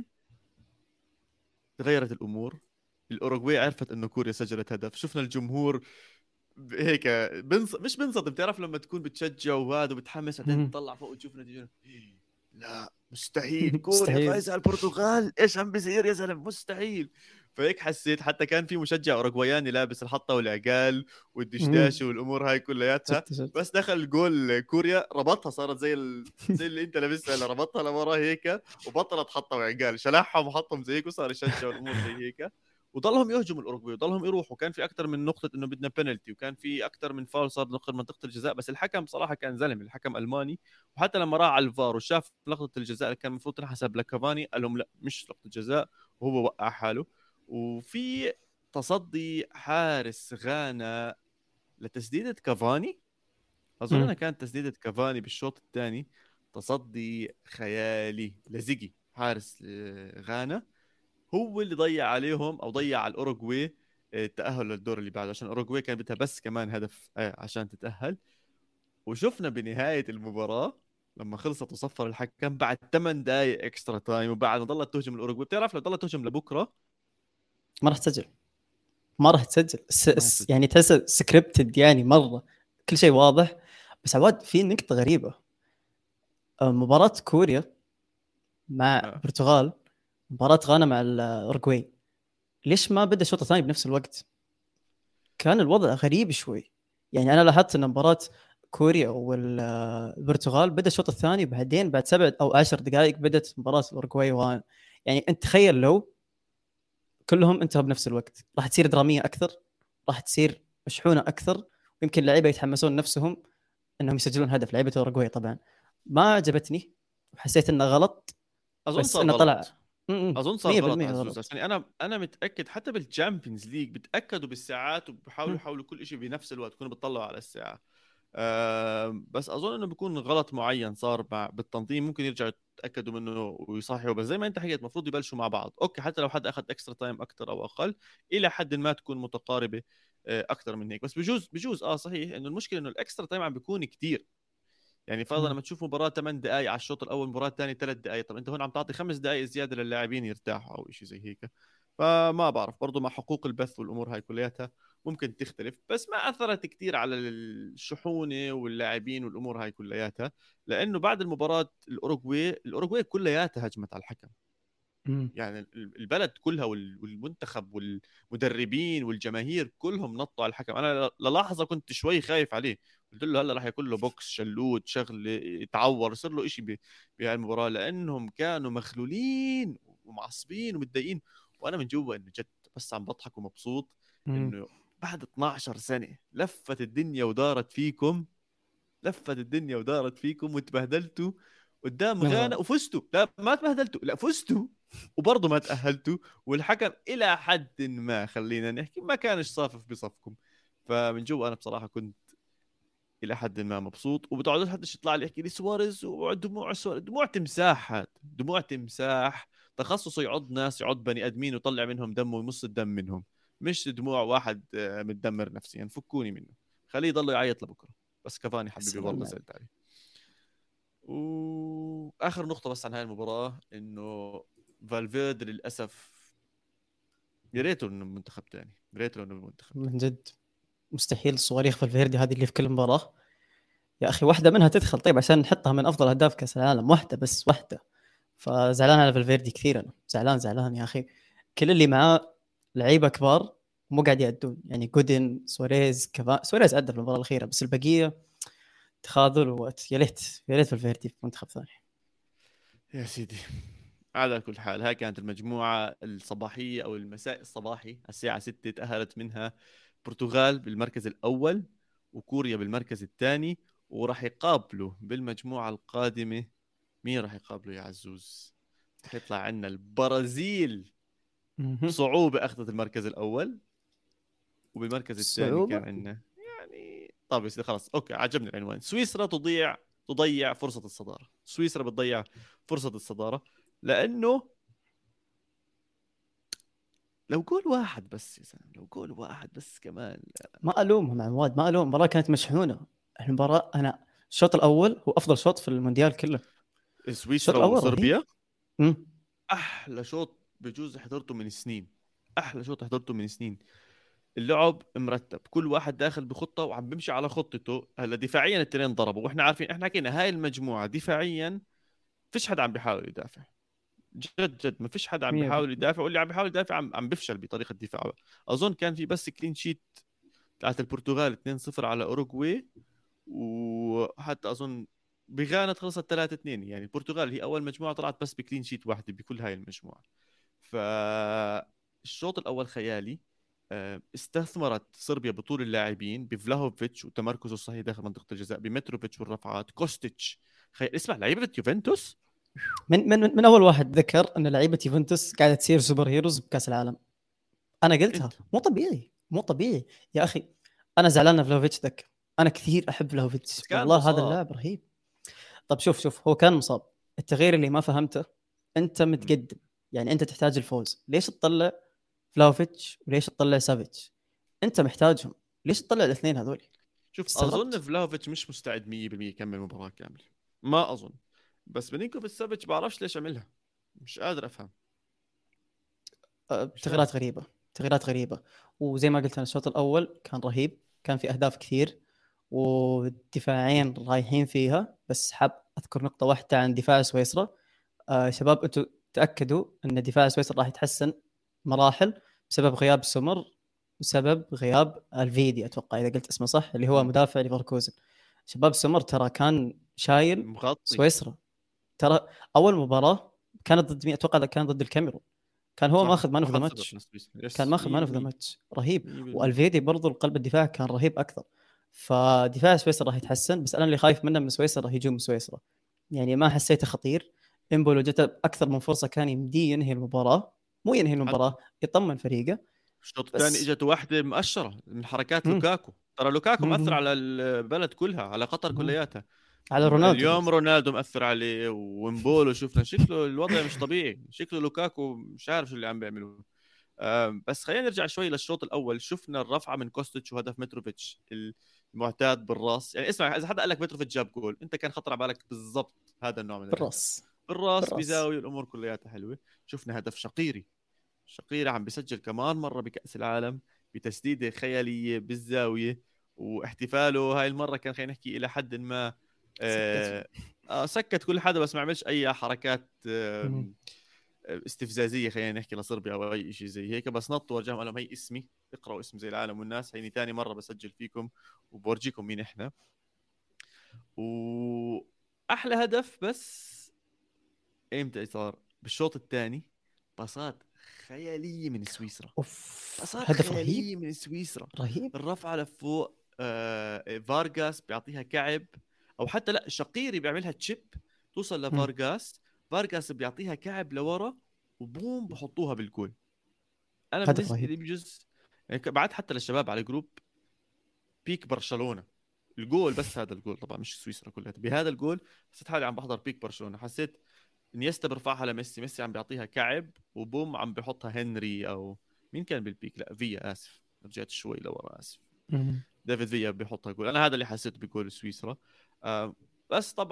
تغيرت الامور، الاوروغواي عرفت انه كوريا سجلت هدف. شفنا الجمهور هيك بنص... مش بنصدم، بتعرف لما تكون بتشجع وهذا وبتحمس بعدين تطلع فوق وتشوف نتيجه لا مستحيل كوريا فايزه على البرتغال، ايش عم بيصير يا زلمه مستحيل. فهيك حسيت حتى كان في مشجع اوروغواياني لابس الحطه والعقال والدشداشه والامور هاي كلياتها، بس دخل جول كوريا ربطها صارت زي ال... زي اللي انت لابسها اللي ربطها لورا هيك وبطلت حطه وعقال، شلحهم وحطهم زي هيك وصار يشجع الامور زي هيك. وضلهم يهجموا الاوروغواي وضلهم يروحوا. كان في اكثر من نقطه انه بدنا بينالتي وكان في اكثر من فاول صار داخل منطقه الجزاء، بس الحكم صراحه كان زلمه، الحكم الماني. وحتى لما راح على الفار وشاف لقطه الجزاء اللي كان المفروض تنحسب لكافاني قال لهم لا مش لقطه جزاء وهو وقع حاله. وفي تصدي حارس غانا لتسديده كافاني، اظن انها كانت تسديده كافاني بالشوط الثاني، تصدي خيالي لزيجي حارس غانا، هو اللي ضيع عليهم او ضيع على الاوروغواي التاهل للدور اللي بعده، عشان الاوروغواي كان بدها بس كمان هدف عشان تتاهل. وشفنا بنهايه المباراه لما خلصت وصفر الحكم بعد ثمان دقائق اكسترا تايم وبعد ما ضلت تهجم الاوروغواي، بتعرف لو ضلت تهجم لبكره ما راح تسجل، ما راح تسجل س... س... يعني تحس سكريبتد يعني مره كل شيء واضح. بس عواد في نقطه غريبه، مباراه كوريا مع آه. البرتغال، مباراة غانا مع الأورجواي، ليش ما بدأ الشوط الثاني بنفس الوقت؟ كان الوضع غريب شوي. يعني أنا لاحظت أن مباراة كوريا والبرتغال بدأ الشوط الثاني بعدين بعد سبع أو عشر دقائق بدأت مباراة الأورجواي وغانا. يعني أنت تخيل لو كلهم انتهوا بنفس الوقت راح تصير درامية أكثر، راح تصير مشحونة أكثر، ويمكن اللعيبة يتحمسون نفسهم أنهم يسجلون هدف. لعيبة الأورجواي طبعا ما عجبتني وحسيت أنه غلط. أظن بس أنه طلع اظن صار غلط عزوز عشان انا انا متاكد حتى بالتشامبيونز ليج بتاكدوا بالساعات وبحاولوا يحاولوا كل شيء بنفس الوقت يكونوا بيطلعوا على الساعه. أه بس اظن انه بيكون غلط معين صار مع بالتنظيم، ممكن يرجعوا يتاكدوا منه ويصححوا. بس زي ما انت حكيت المفروض يبلشوا مع بعض اوكي، حتى لو حد اخذ اكسترا تايم اكثر او اقل الى حد ما تكون متقاربه اكثر من هيك. بس بجوز بجوز اه صحيح انه المشكله انه الاكسترا تايم عم بيكون كتير. يعني فرضا لما تشوف مباراه ثمان دقائق على الشوط الاول، مباراه ثانيه ثلاث دقائق، طب انت هون عم تعطي خمس دقائق زياده للاعبين يرتاحوا او شيء زي هيك. فما بعرف برضو مع حقوق البث والامور هاي كلياتها ممكن تختلف، بس ما اثرت كتير على الشحونه واللاعبين والامور هاي كلياتها، لانه بعد المباراه الاوروغواي الاوروغواي كلياتها هجمت على الحكم. يعني البلد كلها والمنتخب والمدربين والجماهير كلهم نطوا على الحكم. انا للحظه كنت شوي خايف عليه، قلت له هلا راح يكون له بوكس شلوت شغله يتعور يصير له شيء بهاي المباراه، لانهم كانوا مخلولين ومعصبين ومتضايقين. وانا من جوا انه جد بس عم بضحك ومبسوط انه بعد اثناشر سنه لفت الدنيا ودارت فيكم، لفت الدنيا ودارت فيكم وتبهدلتوا قدام غانا وفزتوا. لا ما تبهدلتوا، لا فزتوا وبرضه ما تأهلتوا، والحكم إلى حد ما خلينا نحكي ما كانش صافف بصفكم. فمن جوا أنا بصراحة كنت إلى حد ما مبسوط. وبتقعدوا حدش يطلع لي يحكي لي سواريز ودموع سواريز، دموع تمساح، هاد دموع تمساح تخصصه يعض ناس يعض بني آدمين ويطلع منهم دم ويمص الدم منهم، مش دموع واحد متدمر نفسيا. فكوني منه، خليه يضل يعيط لبكرة. بس كفاني حبيبي والله زعلت عليه. واخر نقطه بس عن هاي المباراه انه فالفيردي للاسف يا ريته انه منتخب تاني، يا ريته انه منتخب من جد مستحيل صواريخ فالفيردي هذه اللي في كل مباراة يا أخي واحدة منها تدخل، طيب عشان نحطها من أفضل أهداف كأس العالم، واحدة بس واحدة. فزعلان على فالفيردي كثير، أنا زعلان زعلان يا أخي. كل اللي معاه لعيبة كبار مو قاعد يأدون، يعني جودين سواريز كفا سواريز أدى في المباراة الأخيرة، بس البقية تخاذل وقت. يا ليت يا ليت فالفيردي في منتخب ثاني. يا سيدي. على كل حال هاي كانت المجموعة الصباحية أو المساء الصباحي الساعة ستة، تأهلت منها البرتغال بالمركز الأول وكوريا بالمركز الثاني، وراح يقابلوا بالمجموعة القادمة. مين راح يقابلوا يا عزوز؟ راح يطلع عنا البرازيل بصعوبة أخذت المركز الأول، وبالمركز الثاني كان عندنا يعني طب يصير خلاص أوكي عجبني العنوان، سويسرا تضيع تضيع فرصة الصدارة. سويسرا بتضيع فرصة الصدارة لأنه لو جول واحد بس يا زلمه، لو جول واحد بس كمان. ما ألومهم عواد، ما ألوم. المباراة كانت مشحونة. المباراة أنا الشوط الأول هو أفضل شوط في المونديال كله. الشوط سويسرا الأول وصربيا رهيب. احلى شوط بجوز حضرته من سنين، احلى شوط حضرته من سنين. اللعب مرتب، كل واحد داخل بخطه وعم بمشي على خطته. هلا دفاعيا التنين ضربوا، واحنا عارفين احنا حكينا هاي المجموعه دفاعيا فيش حدا عم بيحاول يدافع، جد جد ما فيش حدا عم مية بيحاول بالمية. يدافع، واللي عم بيحاول يدافع عم, عم بيفشل بطريقه دفاعه. اظن كان في بس كلين شيت تاعت البرتغال اثنين صفر على اوروغواي، وحتى اظن بغانا خلصت ثلاثة اثنين. يعني البرتغال هي اول مجموعه طلعت بس بكلين شيت واحده بكل هاي المجموعه. فالشوط الاول خيالي. استثمرت صربيا بطول اللاعبين بفلاهوفيتش وتمركزه الصحيح داخل منطقه الجزاء، بمتروفيتش والرفعات، كوستيتش. خي... اسمع لعيبه يوفنتوس من من من اول واحد ذكر ان لعيبه يوفنتوس قاعده تصير سوبر هيروز بكاس العالم. انا قلتها انت. مو طبيعي مو طبيعي يا اخي. انا زعلان فلوفيتش ذك، انا كثير احب فلوفيتش بس كان والله، هذا مصاب. اللاعب رهيب. طب شوف شوف هو كان مصاب. التغيير اللي ما فهمته، انت متقدم يعني انت تحتاج الفوز، ليش تطلع فلوفيتش وليش تطلع سافيتش؟ انت محتاجهم، ليش تطلع الاثنين هذول؟ شوف استغربت. اظن فلاهوفيتش مش مستعد مية بالمية يكمل مباراه كامله، ما اظن. بس بنينكوفيتش سافيتش بعرفش ليش عملها، مش قادر افهم. أه، مش تغييرات عارف. غريبه تغييرات غريبه. وزي ما قلت انا الشوط الاول كان رهيب، كان في اهداف كثير ودفاعين رايحين فيها. بس حاب اذكر نقطه واحده عن دفاع سويسرا. آه شباب انتم تاكدوا ان دفاع سويسرا راح يتحسن مراحل بسبب غياب سمر وسبب غياب الفيدي، اتوقع اذا قلت اسمه صح، اللي هو م. مدافع ليفركوزن. شباب سمر ترى كان شايل مغطي. سويسرا. ترى اول مباراه كانت ضد مين؟ اتوقع كان ضد الكاميرون. كان هو صح ماخذ مان اوف ذا واحد صفر ماتش. نسبي. كان يس ماخذ مان مية اوف ذا بالمية. ماتش رهيب. مية بالمية. والفيدي برضو القلب الدفاع كان رهيب اكثر. فدفاع سويسرا راح يتحسن، بس انا اللي خايف منه من سويسرا هجوم سويسرا. يعني ما حسيته خطير. امبولو جته اكثر من فرصه كان يمديه ينهي المباراه، مو ينهي حتى المباراه، يطمن فريقه. الشوط الثاني بس اجت واحده مؤشره من حركات مم. لوكاكو. ترى لوكاكو مأثر مم. على البلد كلها، على قطر مم. كلياتها. على رونالدو اليوم قلت. رونالدو مأثر عليه، ومبولو شفنا شكله الوضع مش طبيعي، شكله لوكاكو مش عارف شو اللي عم بيعملوه. بس خلينا نرجع شوي للشوط الاول. شفنا الرفعه من كوستيتش وهدف متروفيتش المعتاد بالراس. يعني اسمع، اذا حدا قال لك متروفيتش جاب جول انت كان خطر على بالك بالضبط هذا النوع من الاهداف. بالراس بالراس بالراس. بزاويه، الامور كلياتها حلوه. شفنا هدف شقيري. شقيري عم بيسجل كمان مره بكاس العالم بتسديده خياليه بالزاويه، واحتفاله هاي المره كان خلينا نحكي الى حد ما آه آه سكت كل حدا، بس ما عملش اي حركات آه استفزازيه خلينا نحكي لصربيا او اي شيء زي هيك. بس نط ورجعهم قال لهم هي اسمي، اقراوا اسم زي العالم والناس، هيني ثاني مره بسجل فيكم وبورجيكم مين احنا. واحلى هدف بس امتى صار؟ بالشوط الثاني. باصات خياليه من سويسرا. اوف باصات هدف خياليه رهيب من سويسرا. رهيب. الرفعه لفوق آه فارغاس بيعطيها كعب، او حتى لا شقيري بيعملها تشيب توصل لفارغاس. فارغاس بيعطيها كعب لورا وبوم بحطوها بالجول. انا هدف بالنسبه رهيب. لي بجوز يعني بعد حتى للشباب على جروب بيك برشلونه الجول. بس هذا الجول طبعا مش سويسرا كلها، بهذا الجول حسيت حالي عم بحضر بيك برشلونه. حسيت انيستا برفعها لميسي، ميسي عم بيعطيها كعب وبوم عم بحطها هنري او مين كان بالبيك، لا فيا اسف رجعت شوي لورا اسف مم. ديفيد فيا بيحطها جول. انا هذا اللي حسيت بجول سويسرا. آه بس طبعا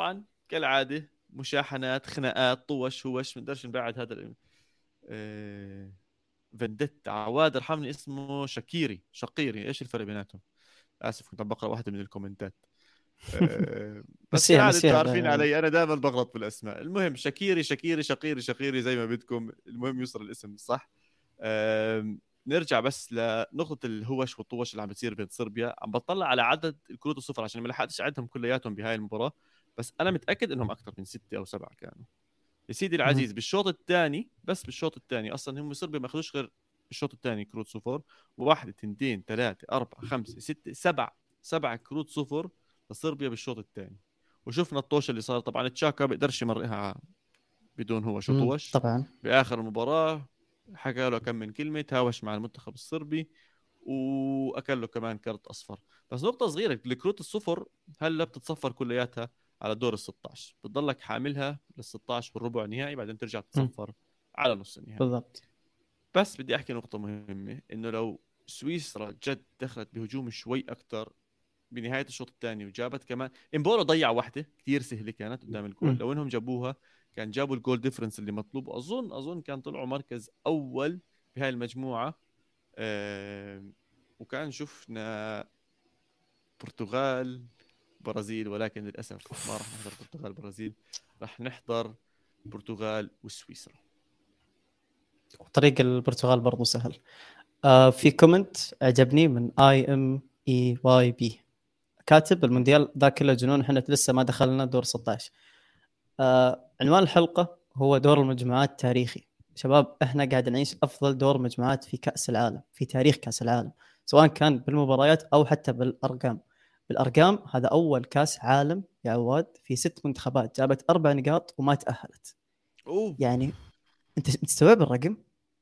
كالعاده مشاحنات، خناقات، طوش هوش، ما نقدرش نبعد هذا ال... آه... فنديتا. عواد ارحمني اسمه شاكيري شقيري، ايش الفرق بيناتهم؟ اسف كنت عم بقرا واحده من الكومنتات. أه... بس مسيها كالعاده انتوا مسيها عارفين ب- علي انا دائما بغلط بالاسماء. المهم شاكيري شاكيري شقيري شقيري زي ما بدكم، المهم يوصل الاسم صح. أه... نرجع بس لنقطة الهوش والطوش اللي عم بتصير بين صربيا. عم بطلع على عدد الكروت الصفر عشان ما لحقتش اعدهم كلياتهم بهاي المباراة، بس انا متأكد انهم اكثر من ستة او سبعة كانوا. يا سيدي العزيز بالشوط الثاني، بس بالشوط الثاني اصلا هم صربيا ما اخذوش غير بالشوط الثاني كروت صفر. واحد اثنين ثلاثة أربعة خمسة ستة سبع سبع كروت صفر لصربيا بالشوط الثاني. وشفنا الطوش اللي صار. طبعا تشاكا بيقدرش يمرقها بدون هو شو مم، طوش. طبعا باخر المباراه حكى له كم من كلمه، تهاوش مع المنتخب الصربي واكل له كمان كرت اصفر. بس نقطه صغيره، الكروت الصفر هلا بتتصفر كلياتها على دور ال ستة عشر، بتضلك حاملها لل ستة عشر والربع النهائي، بعدين ترجع تتصفر على نص النهائي. بالضبط. بس بدي احكي نقطه مهمه، انه لو سويسرا جد دخلت بهجوم شوي اكثر بنهايه الشوط الثاني وجابت كمان، امبولو ضيع واحده كثير سهله كانت قدام الجول، مم. لو انهم جابوها كان جابوا الجول ديفرنس اللي مطلوب. اظن اظن كان طلعوا مركز اول بهاي المجموعه. أه وكان شفنا برتغال برازيل، ولكن للاسف ما راح نحضر برتغال برازيل، راح نحضر برتغال وسويسرا. طريق البرتغال برضو سهل. آه في كومنت عجبني من اي ام اي واي بي، كاتب المونديال ذا كله جنون، احنا لسه ما دخلنا دور ستة عشر. آه عنوان الحلقة هو دور المجموعات تاريخي. شباب احنا قاعد نعيش افضل دور مجموعات في كأس العالم، في تاريخ كأس العالم، سواء كان بالمباريات او حتى بالارقام. بالارقام هذا اول كأس عالم يا عواد في ست منتخبات جابت اربع نقاط وما تأهلت. اوه يعني انت تستوعب الرقم؟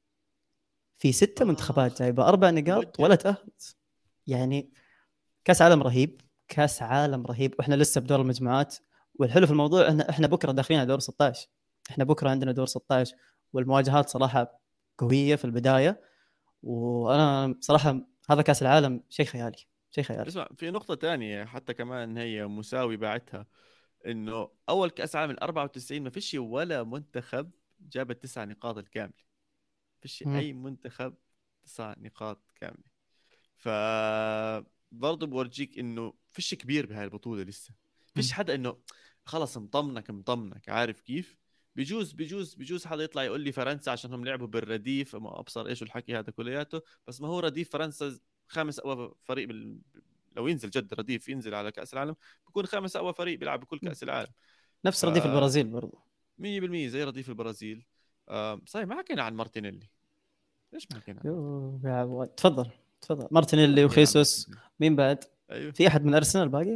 في ستة منتخبات اخ جايبه اربع نقاط بوجع. ولا تأهلت. يعني كاس عالم رهيب، كاس عالم رهيب، واحنا لسه بدور المجموعات. والحلو في الموضوع ان احنا بكره داخلين على دور ستة عشر. احنا بكره عندنا دور ستة عشر، والمواجهات صراحه قويه في البدايه. وانا صراحه هذا كاس العالم شيء خيالي، شيء خيالي. اسمع، في نقطة تانية حتى كمان هي مساوي بعتها، انه اول كاس عالم ال أربعة وتسعين ما فيش ولا منتخب جاب التسع نقاط الكامله، فيش مم. اي منتخب تسع نقاط كامله. ف برضه بورجيك انه فيش كبير بهاي البطوله لسه، فيش مم. حدا انه خلص مطمنك مطمنك عارف كيف. بجوز بجوز بجوز حدا يطلع يقول لي فرنسا عشان هم لعبوا بالرديف، ما ابصر ايش الحكي هذا كلياته. بس ما هو رديف فرنسا خامس اقوى فريق بال... لو ينزل جد رديف ينزل على كاس العالم بكون خامس اقوى فريق بيلعب بكل كاس العالم. نفس ف رديف البرازيل برضو. مية بالمية زي رديف البرازيل. آه صحيح ما حكينا عن مارتينيلي، ليش ما حكينا عن مارتينيلي؟ يو يا عواد، تفضل تفضل. ليه ما مارتينيلي حكينا عن وخيسوس، مارتينيلي؟ مين بعد؟ ايوه في احد من ارسنال باقي؟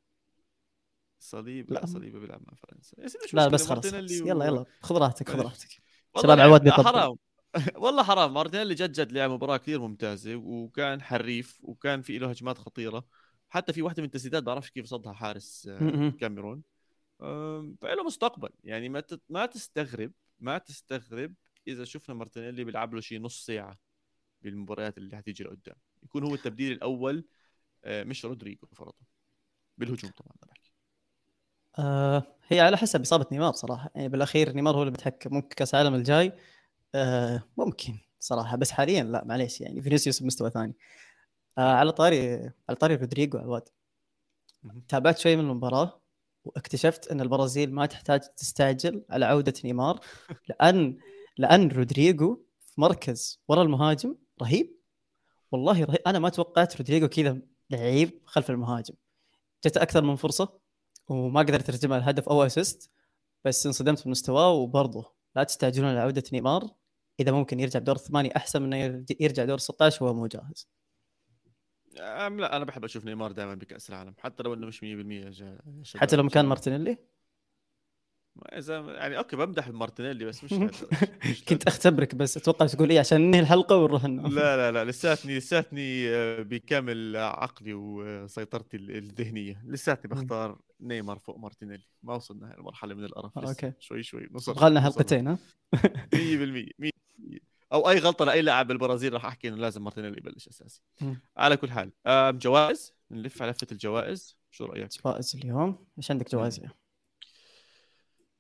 صليب، لا لا صليبه بيلعب مع فرنسا يا سيدي، مش لا مشكله بس خلاص مارتينيلي خلاص، يلا و... يلا خذ راحتك خذ ماشي. راحتك. والله شباب لعب عواد لا بيطبل. حرام والله حرام. مارتينيلي جد جد لعب مباراه كثير ممتازه وكان حريف وكان في له هجمات خطيره، حتى في واحده من التسديدات بعرفش كيف صدها حارس آه، م-م. كاميرون. آم، فله مستقبل يعني. ما تت- ما تستغرب ما تستغرب اذا شفنا مارتينيلي بيلعب له شيء نص ساعه بالمباريات اللي حتيجي لقدام، يكون هو التبديل الاول آه، مش رودريجو فرضا بالهجوم طبعا أنا بحكي. آه هي على حسب إصابة نيمار صراحة، يعني بالأخير نيمار هو اللي بيتحكم. ممكن كأس العالم الجاي آه ممكن صراحة، بس حاليا لا معليش، يعني فينيسيوس بمستوى ثاني. آه على طاري على طاري رودريجو عواد، مهم. تابعت شوي من المباراة واكتشفت أن البرازيل ما تحتاج تستعجل على عودة نيمار، لأن لأن رودريجو في مركز ورا المهاجم رهيب. والله رهيب. أنا ما توقعت رودريجو كذا لعيب خلف المهاجم. جت أكثر من فرصة وما قدرت ترجمها الهدف أو أسيست، بس انصدمت بمستواه. وبرضه لا تستعجلون على عودة نيمار، إذا ممكن يرجع بدور الثمانية أحسن من إنه يرجع دور ستة عشر وهو مو جاهز. أم لا، انا بحب اشوف نيمار دائما بكاس العالم حتى لو انه مش مية بالمية يا جا- يا حتى شباب لو مكان عشان مارتينيلي. اذا يعني اوكي بمدح مارتينيلي بس مش لهالدرجه مش كنت لهالدرجه. أختبرك بس أتوقع تقول إيه عشان ننهي الحلقة ونروح ننام. لا لا لا لساتني لساتني آه، بكامل عقلي وسيطرتي ال- الذهنيه لساتني بختار نيمار فوق مارتينيلي. ما وصلنا هاي المرحله من القرف لسه، أوكي، شوي شوي نوصل بغالنا نوصل حلقتين ها. مية بالمية مية بالمية. او اي غلطه لاي لاعب بالبرازيل راح احكي انه لازم مارتينيلي يبلش اساسي. على كل حال آه، جوائز، نلف على لفه الجوائز، شو رايك؟ جوائز اليوم، إيش عندك جوائز اليوم؟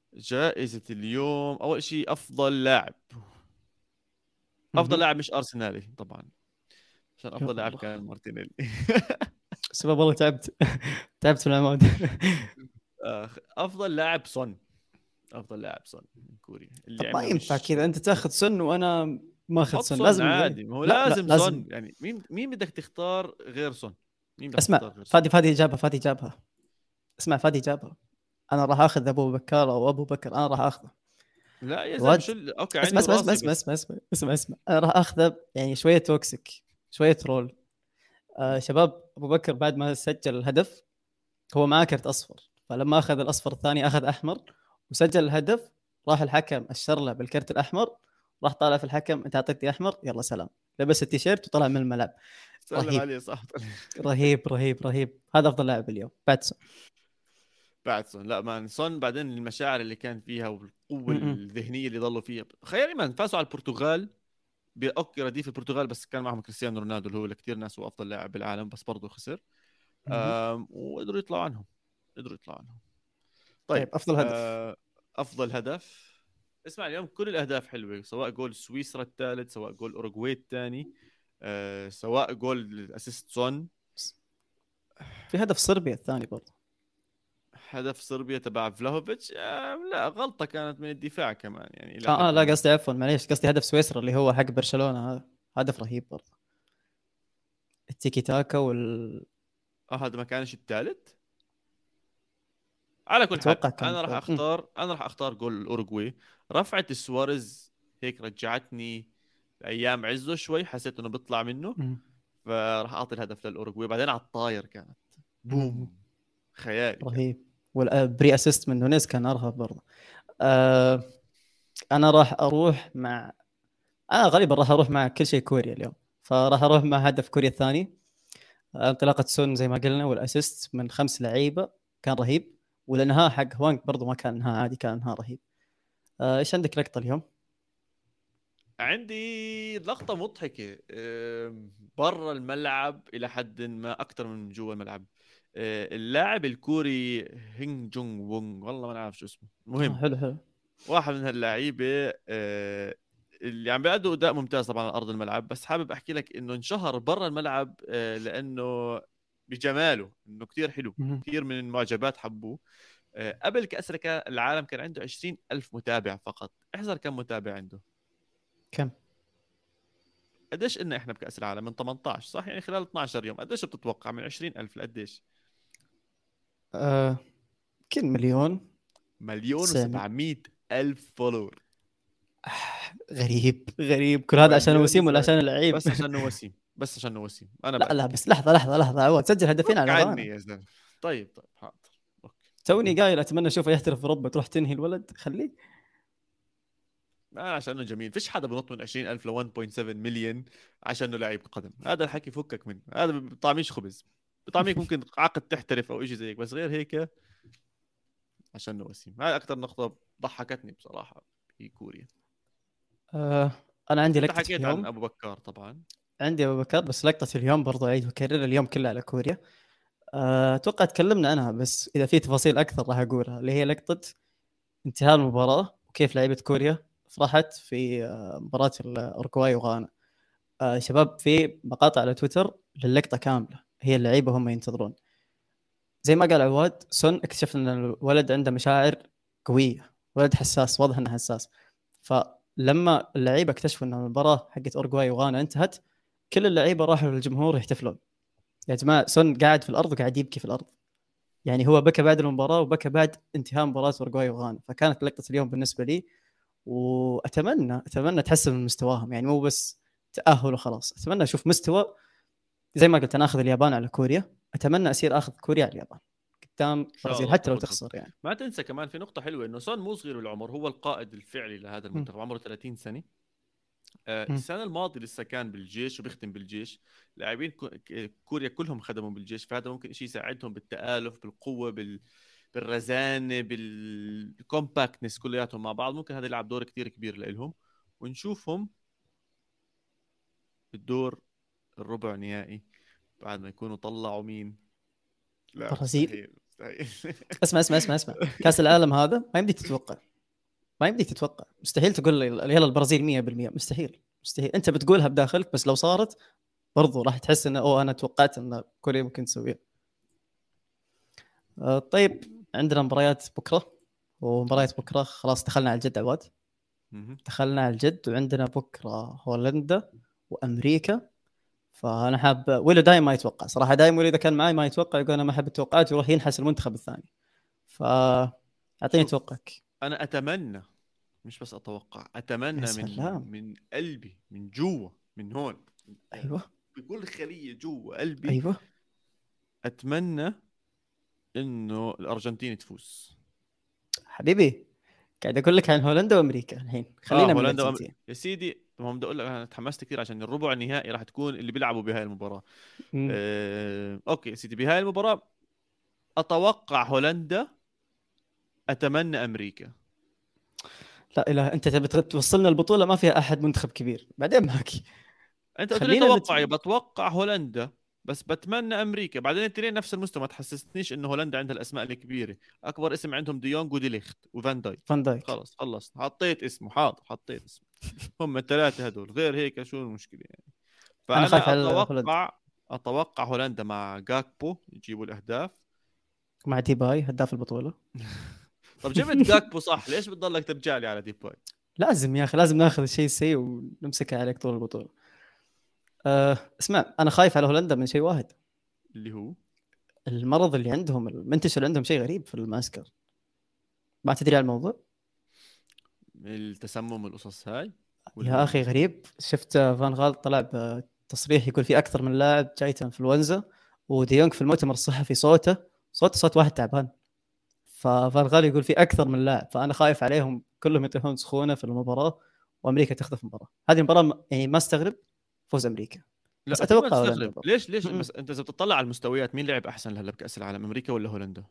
جائزة اليوم أول شيء أفضل لاعب. أفضل مهم. لاعب مش أرسنالي طبعا، عشان يا أفضل لاعب الله، كان مارتينيلي. سبب والله تعبت. تعبت في العمود. آه، أفضل لاعب سون. أفضل لاعب سون من كوريا اللي طب ما عمله ينفع مش. كذا، انت تاخذ سن وانا ما اخذ حط سن، سون لازم نغير. عادي، ما هو لا لا لازم لازم. سون يعني. مين مين بدك تختار غير سون؟ مين بدك تختار اسمع غير سون؟ فادي، فادي جابها، فادي جابها. اسمع فادي جابها. انا راح اخذ ابو بكر او ابو بكر، انا راح اخذه. لا يا زلمة، الواد، شو ال- أوكي اسمع عيني اسمع اسمع وراسي اسمع بس. اسمع اسمع اسمع اسمع انا راح اخذه يعني شويه توكسيك، شويه رول. آه شباب، ابو بكر بعد ما سجل الهدف هو معاه كرت اصفر، فلما اخذ الاصفر الثاني اخذ احمر وسجل الهدف. راح الحكم اشر له بالكرت الاحمر، راح طالع في الحكم: انت اعطيتني احمر، يلا سلام. لبس التيشيرت وطلع من الملعب. سلم رهيب عليه صح. رهيب رهيب رهيب. هذا افضل لاعب اليوم باتسون. بعد سون، لا مان سون بعدين المشاعر اللي كان فيها والقوة م-م. الذهنية اللي ضلوا فيها. خيالي مان فازوا على البرتغال. ب- اوكي رديف البرتغال بس كان معهم كريستيانو رونالدو اللي هو لكثير ناس هو افضل لاعب بالعالم، بس برضه خسر. م-م. أم، وقدروا يطلعوا عنهم. قدروا يطلعوا عنهم. طيب طيب. افضل هدف. أه، افضل هدف. اسمع اليوم كل الاهداف حلوه، سواء جول سويسرا الثالث، سواء جول اوروغواي الثاني، أه سواء جول اسيست سون. في هدف صربيا الثاني برضه. هدف صربيا تبع فلاهوفيتش، أه لا غلطه كانت من الدفاع كمان يعني الى اه اه حد لا ما. قصدي عفوا معليش، قصدي هدف سويسرا اللي هو حق برشلونة، هذا هدف رهيب برضه. التيكي تاكا وال اه هذا ما كانش الثالث. على كل حال اتوقع كان انا راح الثالث. م. اختار انا راح اختار جول الاوروغواي. رفعت سواريز هيك رجعتني ايام عزه شوي، حسيت انه بيطلع منه. م. فراح اعطي الهدف للاوروغواي. بعدين على الطاير كانت م. بوم، خيالي كان. رهيب. والبري اسيست من نونيز كان ارهب برضه. آه انا راح اروح مع، انا غالبا راح اروح مع كل شيء كوريا اليوم، فراح اروح مع هدف كوريا الثاني. آه، انطلاقة سون زي ما قلنا، والاسيست من خمس لعيبة كان رهيب. والانهاء حق هوانك برضو ما كان انهاء عادي، كان انهاء رهيب. آه، ايش عندك لقطة اليوم؟ عندي لقطة مضحكة أم، برا الملعب إلى حد ما أكثر من جوا الملعب. أه، اللاعب الكوري هينج جونغ وونغ، والله ما نعرف شو اسمه، آه، المهم حلو حلو. واحد من هاللعيبة أه، اللي عم بيأدوا أداء ممتاز طبعا على أرض الملعب. بس حابب أحكي لك إنه انشهر برا الملعب أه، لأنه بجماله، إنه كتير حلو. مهم. كثير من المعجبات حبوه. أه، قبل كأس العالم كان عنده عشرين ألف متابع فقط. احذر كم متابع عنده. كم؟ قديش إن إحنا بكأس العالم من ثمانية عشر صح؟ يعني خلال اثنا عشر يوم قديش بتتوقع من عشرين ألف لقديش؟ آه، كل مليون. مليون تسعمية. وسبعمية ألف فولور. غريب غريب. كل هذا عشان مليون وسيم ولا وسبعمية. عشان اللعيب؟ بس عشان وسيم، بس عشان وسيم أنا لا لا، بأكد. بس لحظة لحظة لحظة، عواد سجل هدفين فك على عني غانا. يا زلمة. طيب طيب حاضر. أوكي. توني قايل اتمنى اشوفه يحترف في اوروبا، تروح تنهي الولد، خليه. ما عشانه جميل، فيش حدا بنط من عشرين ألف ل واحد فاصلة سبعة مليون عشانه لاعب قدم. هذا الحكي فكك منه، هذا بطعميش خبز. بطعميك ممكن عقد تحترف أو إشي زيك، بس غير هيك عشانه وسيم. هاي أكتر نقطة ضحكتني بصراحة في كوريا. آه، انا عندي انت لقطة حكيت عن اليوم. ابو بكر طبعا. عندي ابو بكر، بس لقطة اليوم برضو اعيد واكرر اليوم كله على كوريا. آه، اتوقع تكلمنا عنها، بس اذا في تفاصيل اكثر راح اقولها، اللي هي لقطه انتهاء المباراه وكيف لعيبه كوريا فرحت في آه، مباراه الاورجواي وغانا. آه، شباب، في مقاطع على تويتر للقطه كامله، هي اللعيبه هم ينتظرون. زي ما قال عواد، سون اكتشفنا ان الولد عنده مشاعر قويه، ولد حساس، واضح انه حساس. فلما اللعيبه اكتشفوا ان المباراه حقت اورجواي وغانا انتهت، كل اللعيبه راحوا للجمهور يحتفلون. يا جماعه، سون قاعد في الارض وقاعد يبكي في الارض. يعني هو بكى بعد المباراة وبكى بعد انتهاء مباراة أورجواي وغانا. فكانت لقطة اليوم بالنسبة لي، وأتمنى أتمنى تحسن من مستواهم، يعني مو بس تأهل وخلاص. أتمنى أشوف مستوى. زي ما قلت أنا أخذ اليابان على كوريا، أتمنى أصير أخذ كوريا على اليابان قدام ان شاء البرازيل، الله حتى لو تاخذهم. تخسر يعني. ما تنسى كمان في نقطة حلوة انه سون مو صغير بالعمر، هو القائد الفعلي لهذا م. المنتخب، عمره ثلاثين سنة. آه، م. السنة الماضية لسه كان بالجيش وبيختم بالجيش. لاعبين كو- ك- كوريا كلهم خدموا بالجيش، فهذا ممكن شيء يساعدهم بالتآلف، بالقوة، بال بالرزانة، بالكومباكتنس، كلياتهم مع بعض. ممكن هذا يلعب دور كتير كبير لهم، ونشوفهم بالدور الربع نهائي بعد ما يكونوا طلعوا مين. لا برازيل. مستحيل. مستحيل. اسمع اسمع اسمع اسمع كاس العالم هذا ما يمديك تتوقع، ما يمديك تتوقع، مستحيل تقول لي يلا البرازيل مية بالمية، مستحيل مستحيل. انت بتقولها بداخلك بس لو صارت برضو راح تحس انه اوه انا توقعت ان كوريا ممكن تسويها. أه طيب عندنا مباريات بكره، ومباريات بكره خلاص دخلنا على الجد عواد، مهم. دخلنا على الجد وعندنا بكره هولندا وامريكا. فانا حاب ويلو دايم ما يتوقع صراحه، دايم ويلو اذا كان معي ما يتوقع، يقول انا ما احب التوقعات ويروح ينحس المنتخب الثاني. فاعطيني شوف، توقعك. انا اتمنى، مش بس اتوقع، يا اتمنى من سلام. من قلبي، من جوا، من هون، ايوه بكل خليه جوا قلبي، ايوه اتمنى انه الارجنتين تفوز. حبيبي، قاعد اقول لك عن هولندا وامريكا الحين، خلينا اه من هولندا وأم... الارجنتين. يا سيدي، ما هم بدي اقول لك انا تحمست كثير عشان الربع النهائي راح تكون اللي بيلعبوا بهاي المباراه. مم. آه... اوكي يا سيدي، بهاي المباراه اتوقع هولندا، اتمنى امريكا. لا اله، انت تبي توصلنا البطوله ما فيها احد منتخب كبير بعدين معك. انت قلت لي خلينا نت... توقعي، بتوقع هولندا بس بتمنى امريكا، بعدين الاثنين نفس المستوى، ما تحسسنيش انه هولندا عندها الاسماء الكبيره. اكبر اسم عندهم ديونج وديليخت وفان دايك. فان دايك. خلص خلص، حطيت اسمه، حاضر حطيت اسمه. هم الثلاثه هدول، غير هيك شو المشكله يعني؟ انا خايف فانا على هولندا اتوقع اتوقع هولندا مع جاكبو يجيبوا الاهداف. مع ديباي هداف البطوله. طب جبت جاكبو صح، ليش بتضلك ترجع لي على ديباي؟ لازم يا اخي، لازم ناخذ الشيء السيء ونمسكه عليك طول البطوله. أه اسمع انا خايف على هولندا من شيء واحد، اللي هو المرض اللي عندهم المنتشر عندهم شيء غريب في المعسكر. ما تدري على الموضوع؟ التسمم القصص هاي يا وال... اخي غريب، شفت فان غال طلع بتصريح يقول في اكثر من لاعب جايته انفلونزا، وديونج في المؤتمر الصحفي صوته صوت صوت واحد تعبان. ففان غال يقول في اكثر من لاعب، فانا خايف عليهم كلهم يطيحون سخونه في المباراه وامريكا تخطف المباراه. هذه المباراه يعني ما استغرب فوز امريكا، بس لا اكيد ما اتوقع هولندا تستغرب. برضه. ليش ليش م-م. المس... انت اذا بتطلع على المستويات، مين لعب احسن هلا بكاس العالم، امريكا ولا هولندا؟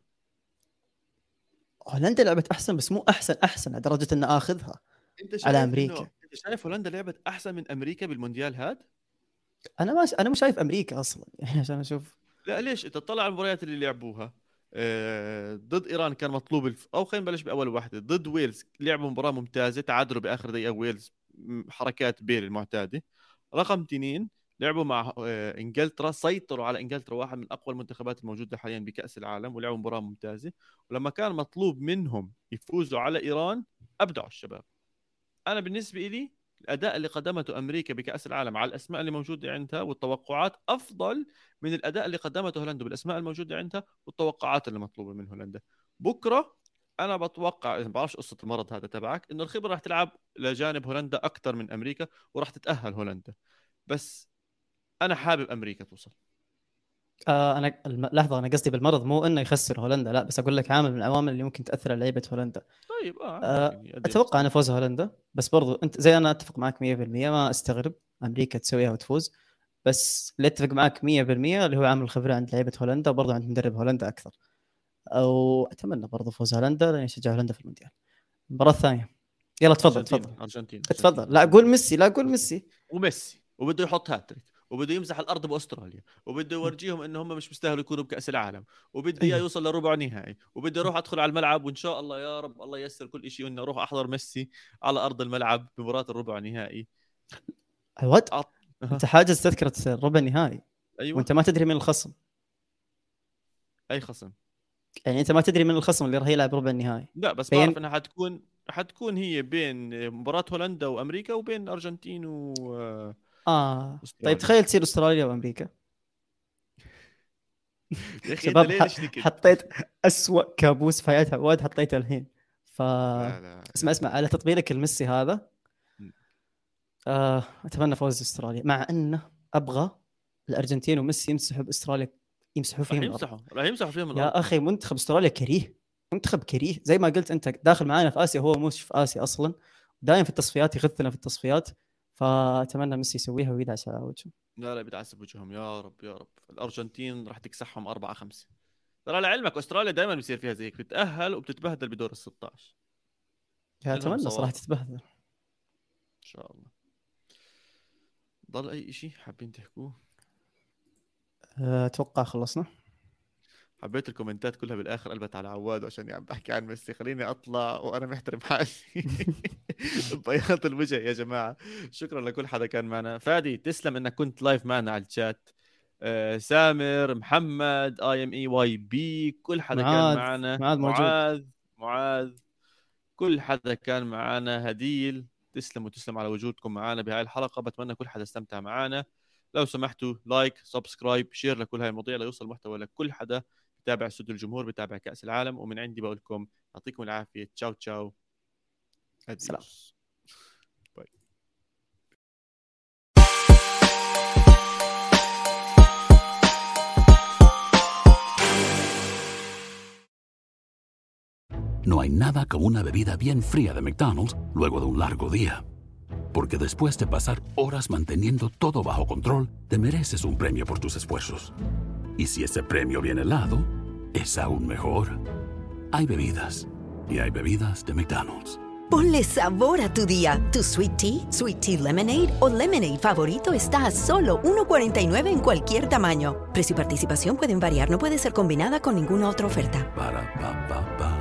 هولندا لعبت احسن بس مو احسن احسن لدرجه ان اخذها انت على شايف انه امريكا. انت شايف هولندا لعبت احسن من امريكا بالمونديال هاد؟ انا ما انا مش شايف امريكا اصلا يعني عشان اشوف. لا ليش، انت تطلع على المباريات اللي لعبوها. آه، ضد ايران كان مطلوب الف... او خلينا نبلش باول واحده، ضد ويلز لعبوا مباراه ممتازه، تعادلوا باخر دقيقه ويلز، م- حركات بيل المعتاده. رقم اثنين، لعبوا مع آه، انجلترا، سيطروا على انجلترا، واحد من اقوى المنتخبات الموجوده حاليا بكاس العالم، ولعبوا مباراه ممتازه. ولما كان مطلوب منهم يفوزوا على ايران، ابدعوا الشباب. انا بالنسبه لي الاداء اللي قدمته امريكا بكاس العالم على الاسماء اللي موجوده عندها والتوقعات افضل من الاداء اللي قدمته هولندا بالاسماء الموجوده عندها والتوقعات اللي مطلوبه من هولندا. بكره انا بتوقع، اذا ما بعرفش قصه المرض هذا تبعك، انه الخبره راح تلعب لجانب هولندا اكثر من امريكا، وراح تتاهل هولندا. بس انا حابب امريكا توصل. آه انا الم- لحظه، انا قصدي بالمرض مو انه يخسر هولندا، لا بس اقول لك عامل من العوامل اللي ممكن تاثر على لعيبه هولندا. طيب اه آه ممكن يؤدي اتوقع انا لإصابة. فوز هولندا، بس برضو انت زي انا اتفق معك مية بالمية، ما استغرب امريكا تسويها وتفوز. بس اللي اتفق معك مية بالمية اللي هو عامل الخبره عند لعيبه هولندا، برضو عند مدرب هولندا اكثر. او اتمنى برضو فوز هولندا لاني اشجع هولندا في المونديال. المباراه الثانيه، يلا تفضل ارجنتين تفضل ارجنتين ارجنتين تفضل. لا ارجنتين قول ميسي، لا قول ميسي. وميسي، وبده يحط هاتريك، وبده يمسح الارض باستراليا، وبده يورجيهم ان هم مش مستاهلوا يكونوا بكاس العالم، وبده اياه ايوه يوصل لربع نهائي، وبده يروح ادخل على الملعب، وان شاء الله يا رب الله ييسر كل شيء، واني اروح احضر ميسي على ارض الملعب بمباراه الربع النهائي. عواد، أط... انت حاجز تذكره الربع النهائي ايوه. وانت ما تدري من الخصم. اي خصم؟ يعني انت ما تدري من الخصم اللي راح يلعب ربع النهائي. لا بس بين بعرف انها حتكون حتكون هي بين مباراه هولندا وامريكا، وبين الارجنتين اه طيب واستراليا. تخيل تصير استراليا وامريكا. يا اخي انت شباب ليه ح... نشتكي؟ حطيت أسوأ كابوس في حياتها واد حطيته الحين. ف لا لا اسمع لا اسمع على تطبيلك الميسي هذا. لا. آه... اتمنى فوز استراليا، مع انه ابغى الارجنتين وميسي يمسحوا باستراليا، يمسحوا راح فيهم الارض. يمسحوا راح يمسحوا فيهم الارض. يا اخي منتخب استراليا كريه، منتخب كريه زي ما قلت انت، داخل معانا في اسيا، هو مش في اسيا اصلا، دايم في التصفيات يغثنا في التصفيات. فاتمنى ميسي يسويها ويدعس على وجهه. لا لا بتعسب وجههم، يا رب يا رب. الارجنتين راح تكسحهم أربعة خمسة. ترى لعلمك استراليا دائما بيصير فيها زي هيك، بتتاهل وبتتبهدل بدور ال ستة عشر. يا لهم اتمنى صراحه صوابع تتبهدل. ان شاء الله. ضل اي شيء حابين تحكوه؟ آه، اتوقع خلصنا. حبيت الكومنتات كلها بالاخر قلبت على عواد عشان عم بحكي عن ميسي. خليني اطلع وانا محترم حالي. بياض الوجه يا جماعه. شكرا لكل حدا كان معنا. فادي تسلم انك كنت لايف معنا على الشات. آه سامر، محمد، اي ام اي واي بي، كل حدا معاذ. كان معنا. معاذ موجود. معاذ معاذ كل حدا كان معنا. هديل تسلم وتسلم على وجودكم معنا بهاي الحلقه. بتمنى كل حدا استمتع معنا. لو سمحتوا لايك سبسكرايب شير لكل هاي المواضيع ليوصل محتوى لكل حدا بتابع استوديو الجمهور بتابع كأس العالم. ومن عندي بقول لكم يعطيكم العافيه. تشاو تشاو. سلام. باي. No hay nada como una bebida bien fría de McDonald's luego de un largo día. Porque después de pasar horas manteniendo todo bajo control, te mereces un premio por tus esfuerzos. Y si ese premio viene helado, es aún mejor. Hay bebidas, y hay bebidas de McDonald's. Ponle sabor a tu día. Tu Sweet Tea, Sweet Tea Lemonade o Lemonade favorito está a solo uno cuarenta y nueve en cualquier tamaño. Precio y participación pueden variar, no puede ser combinada con ninguna otra oferta. Para, pa, pa, pa.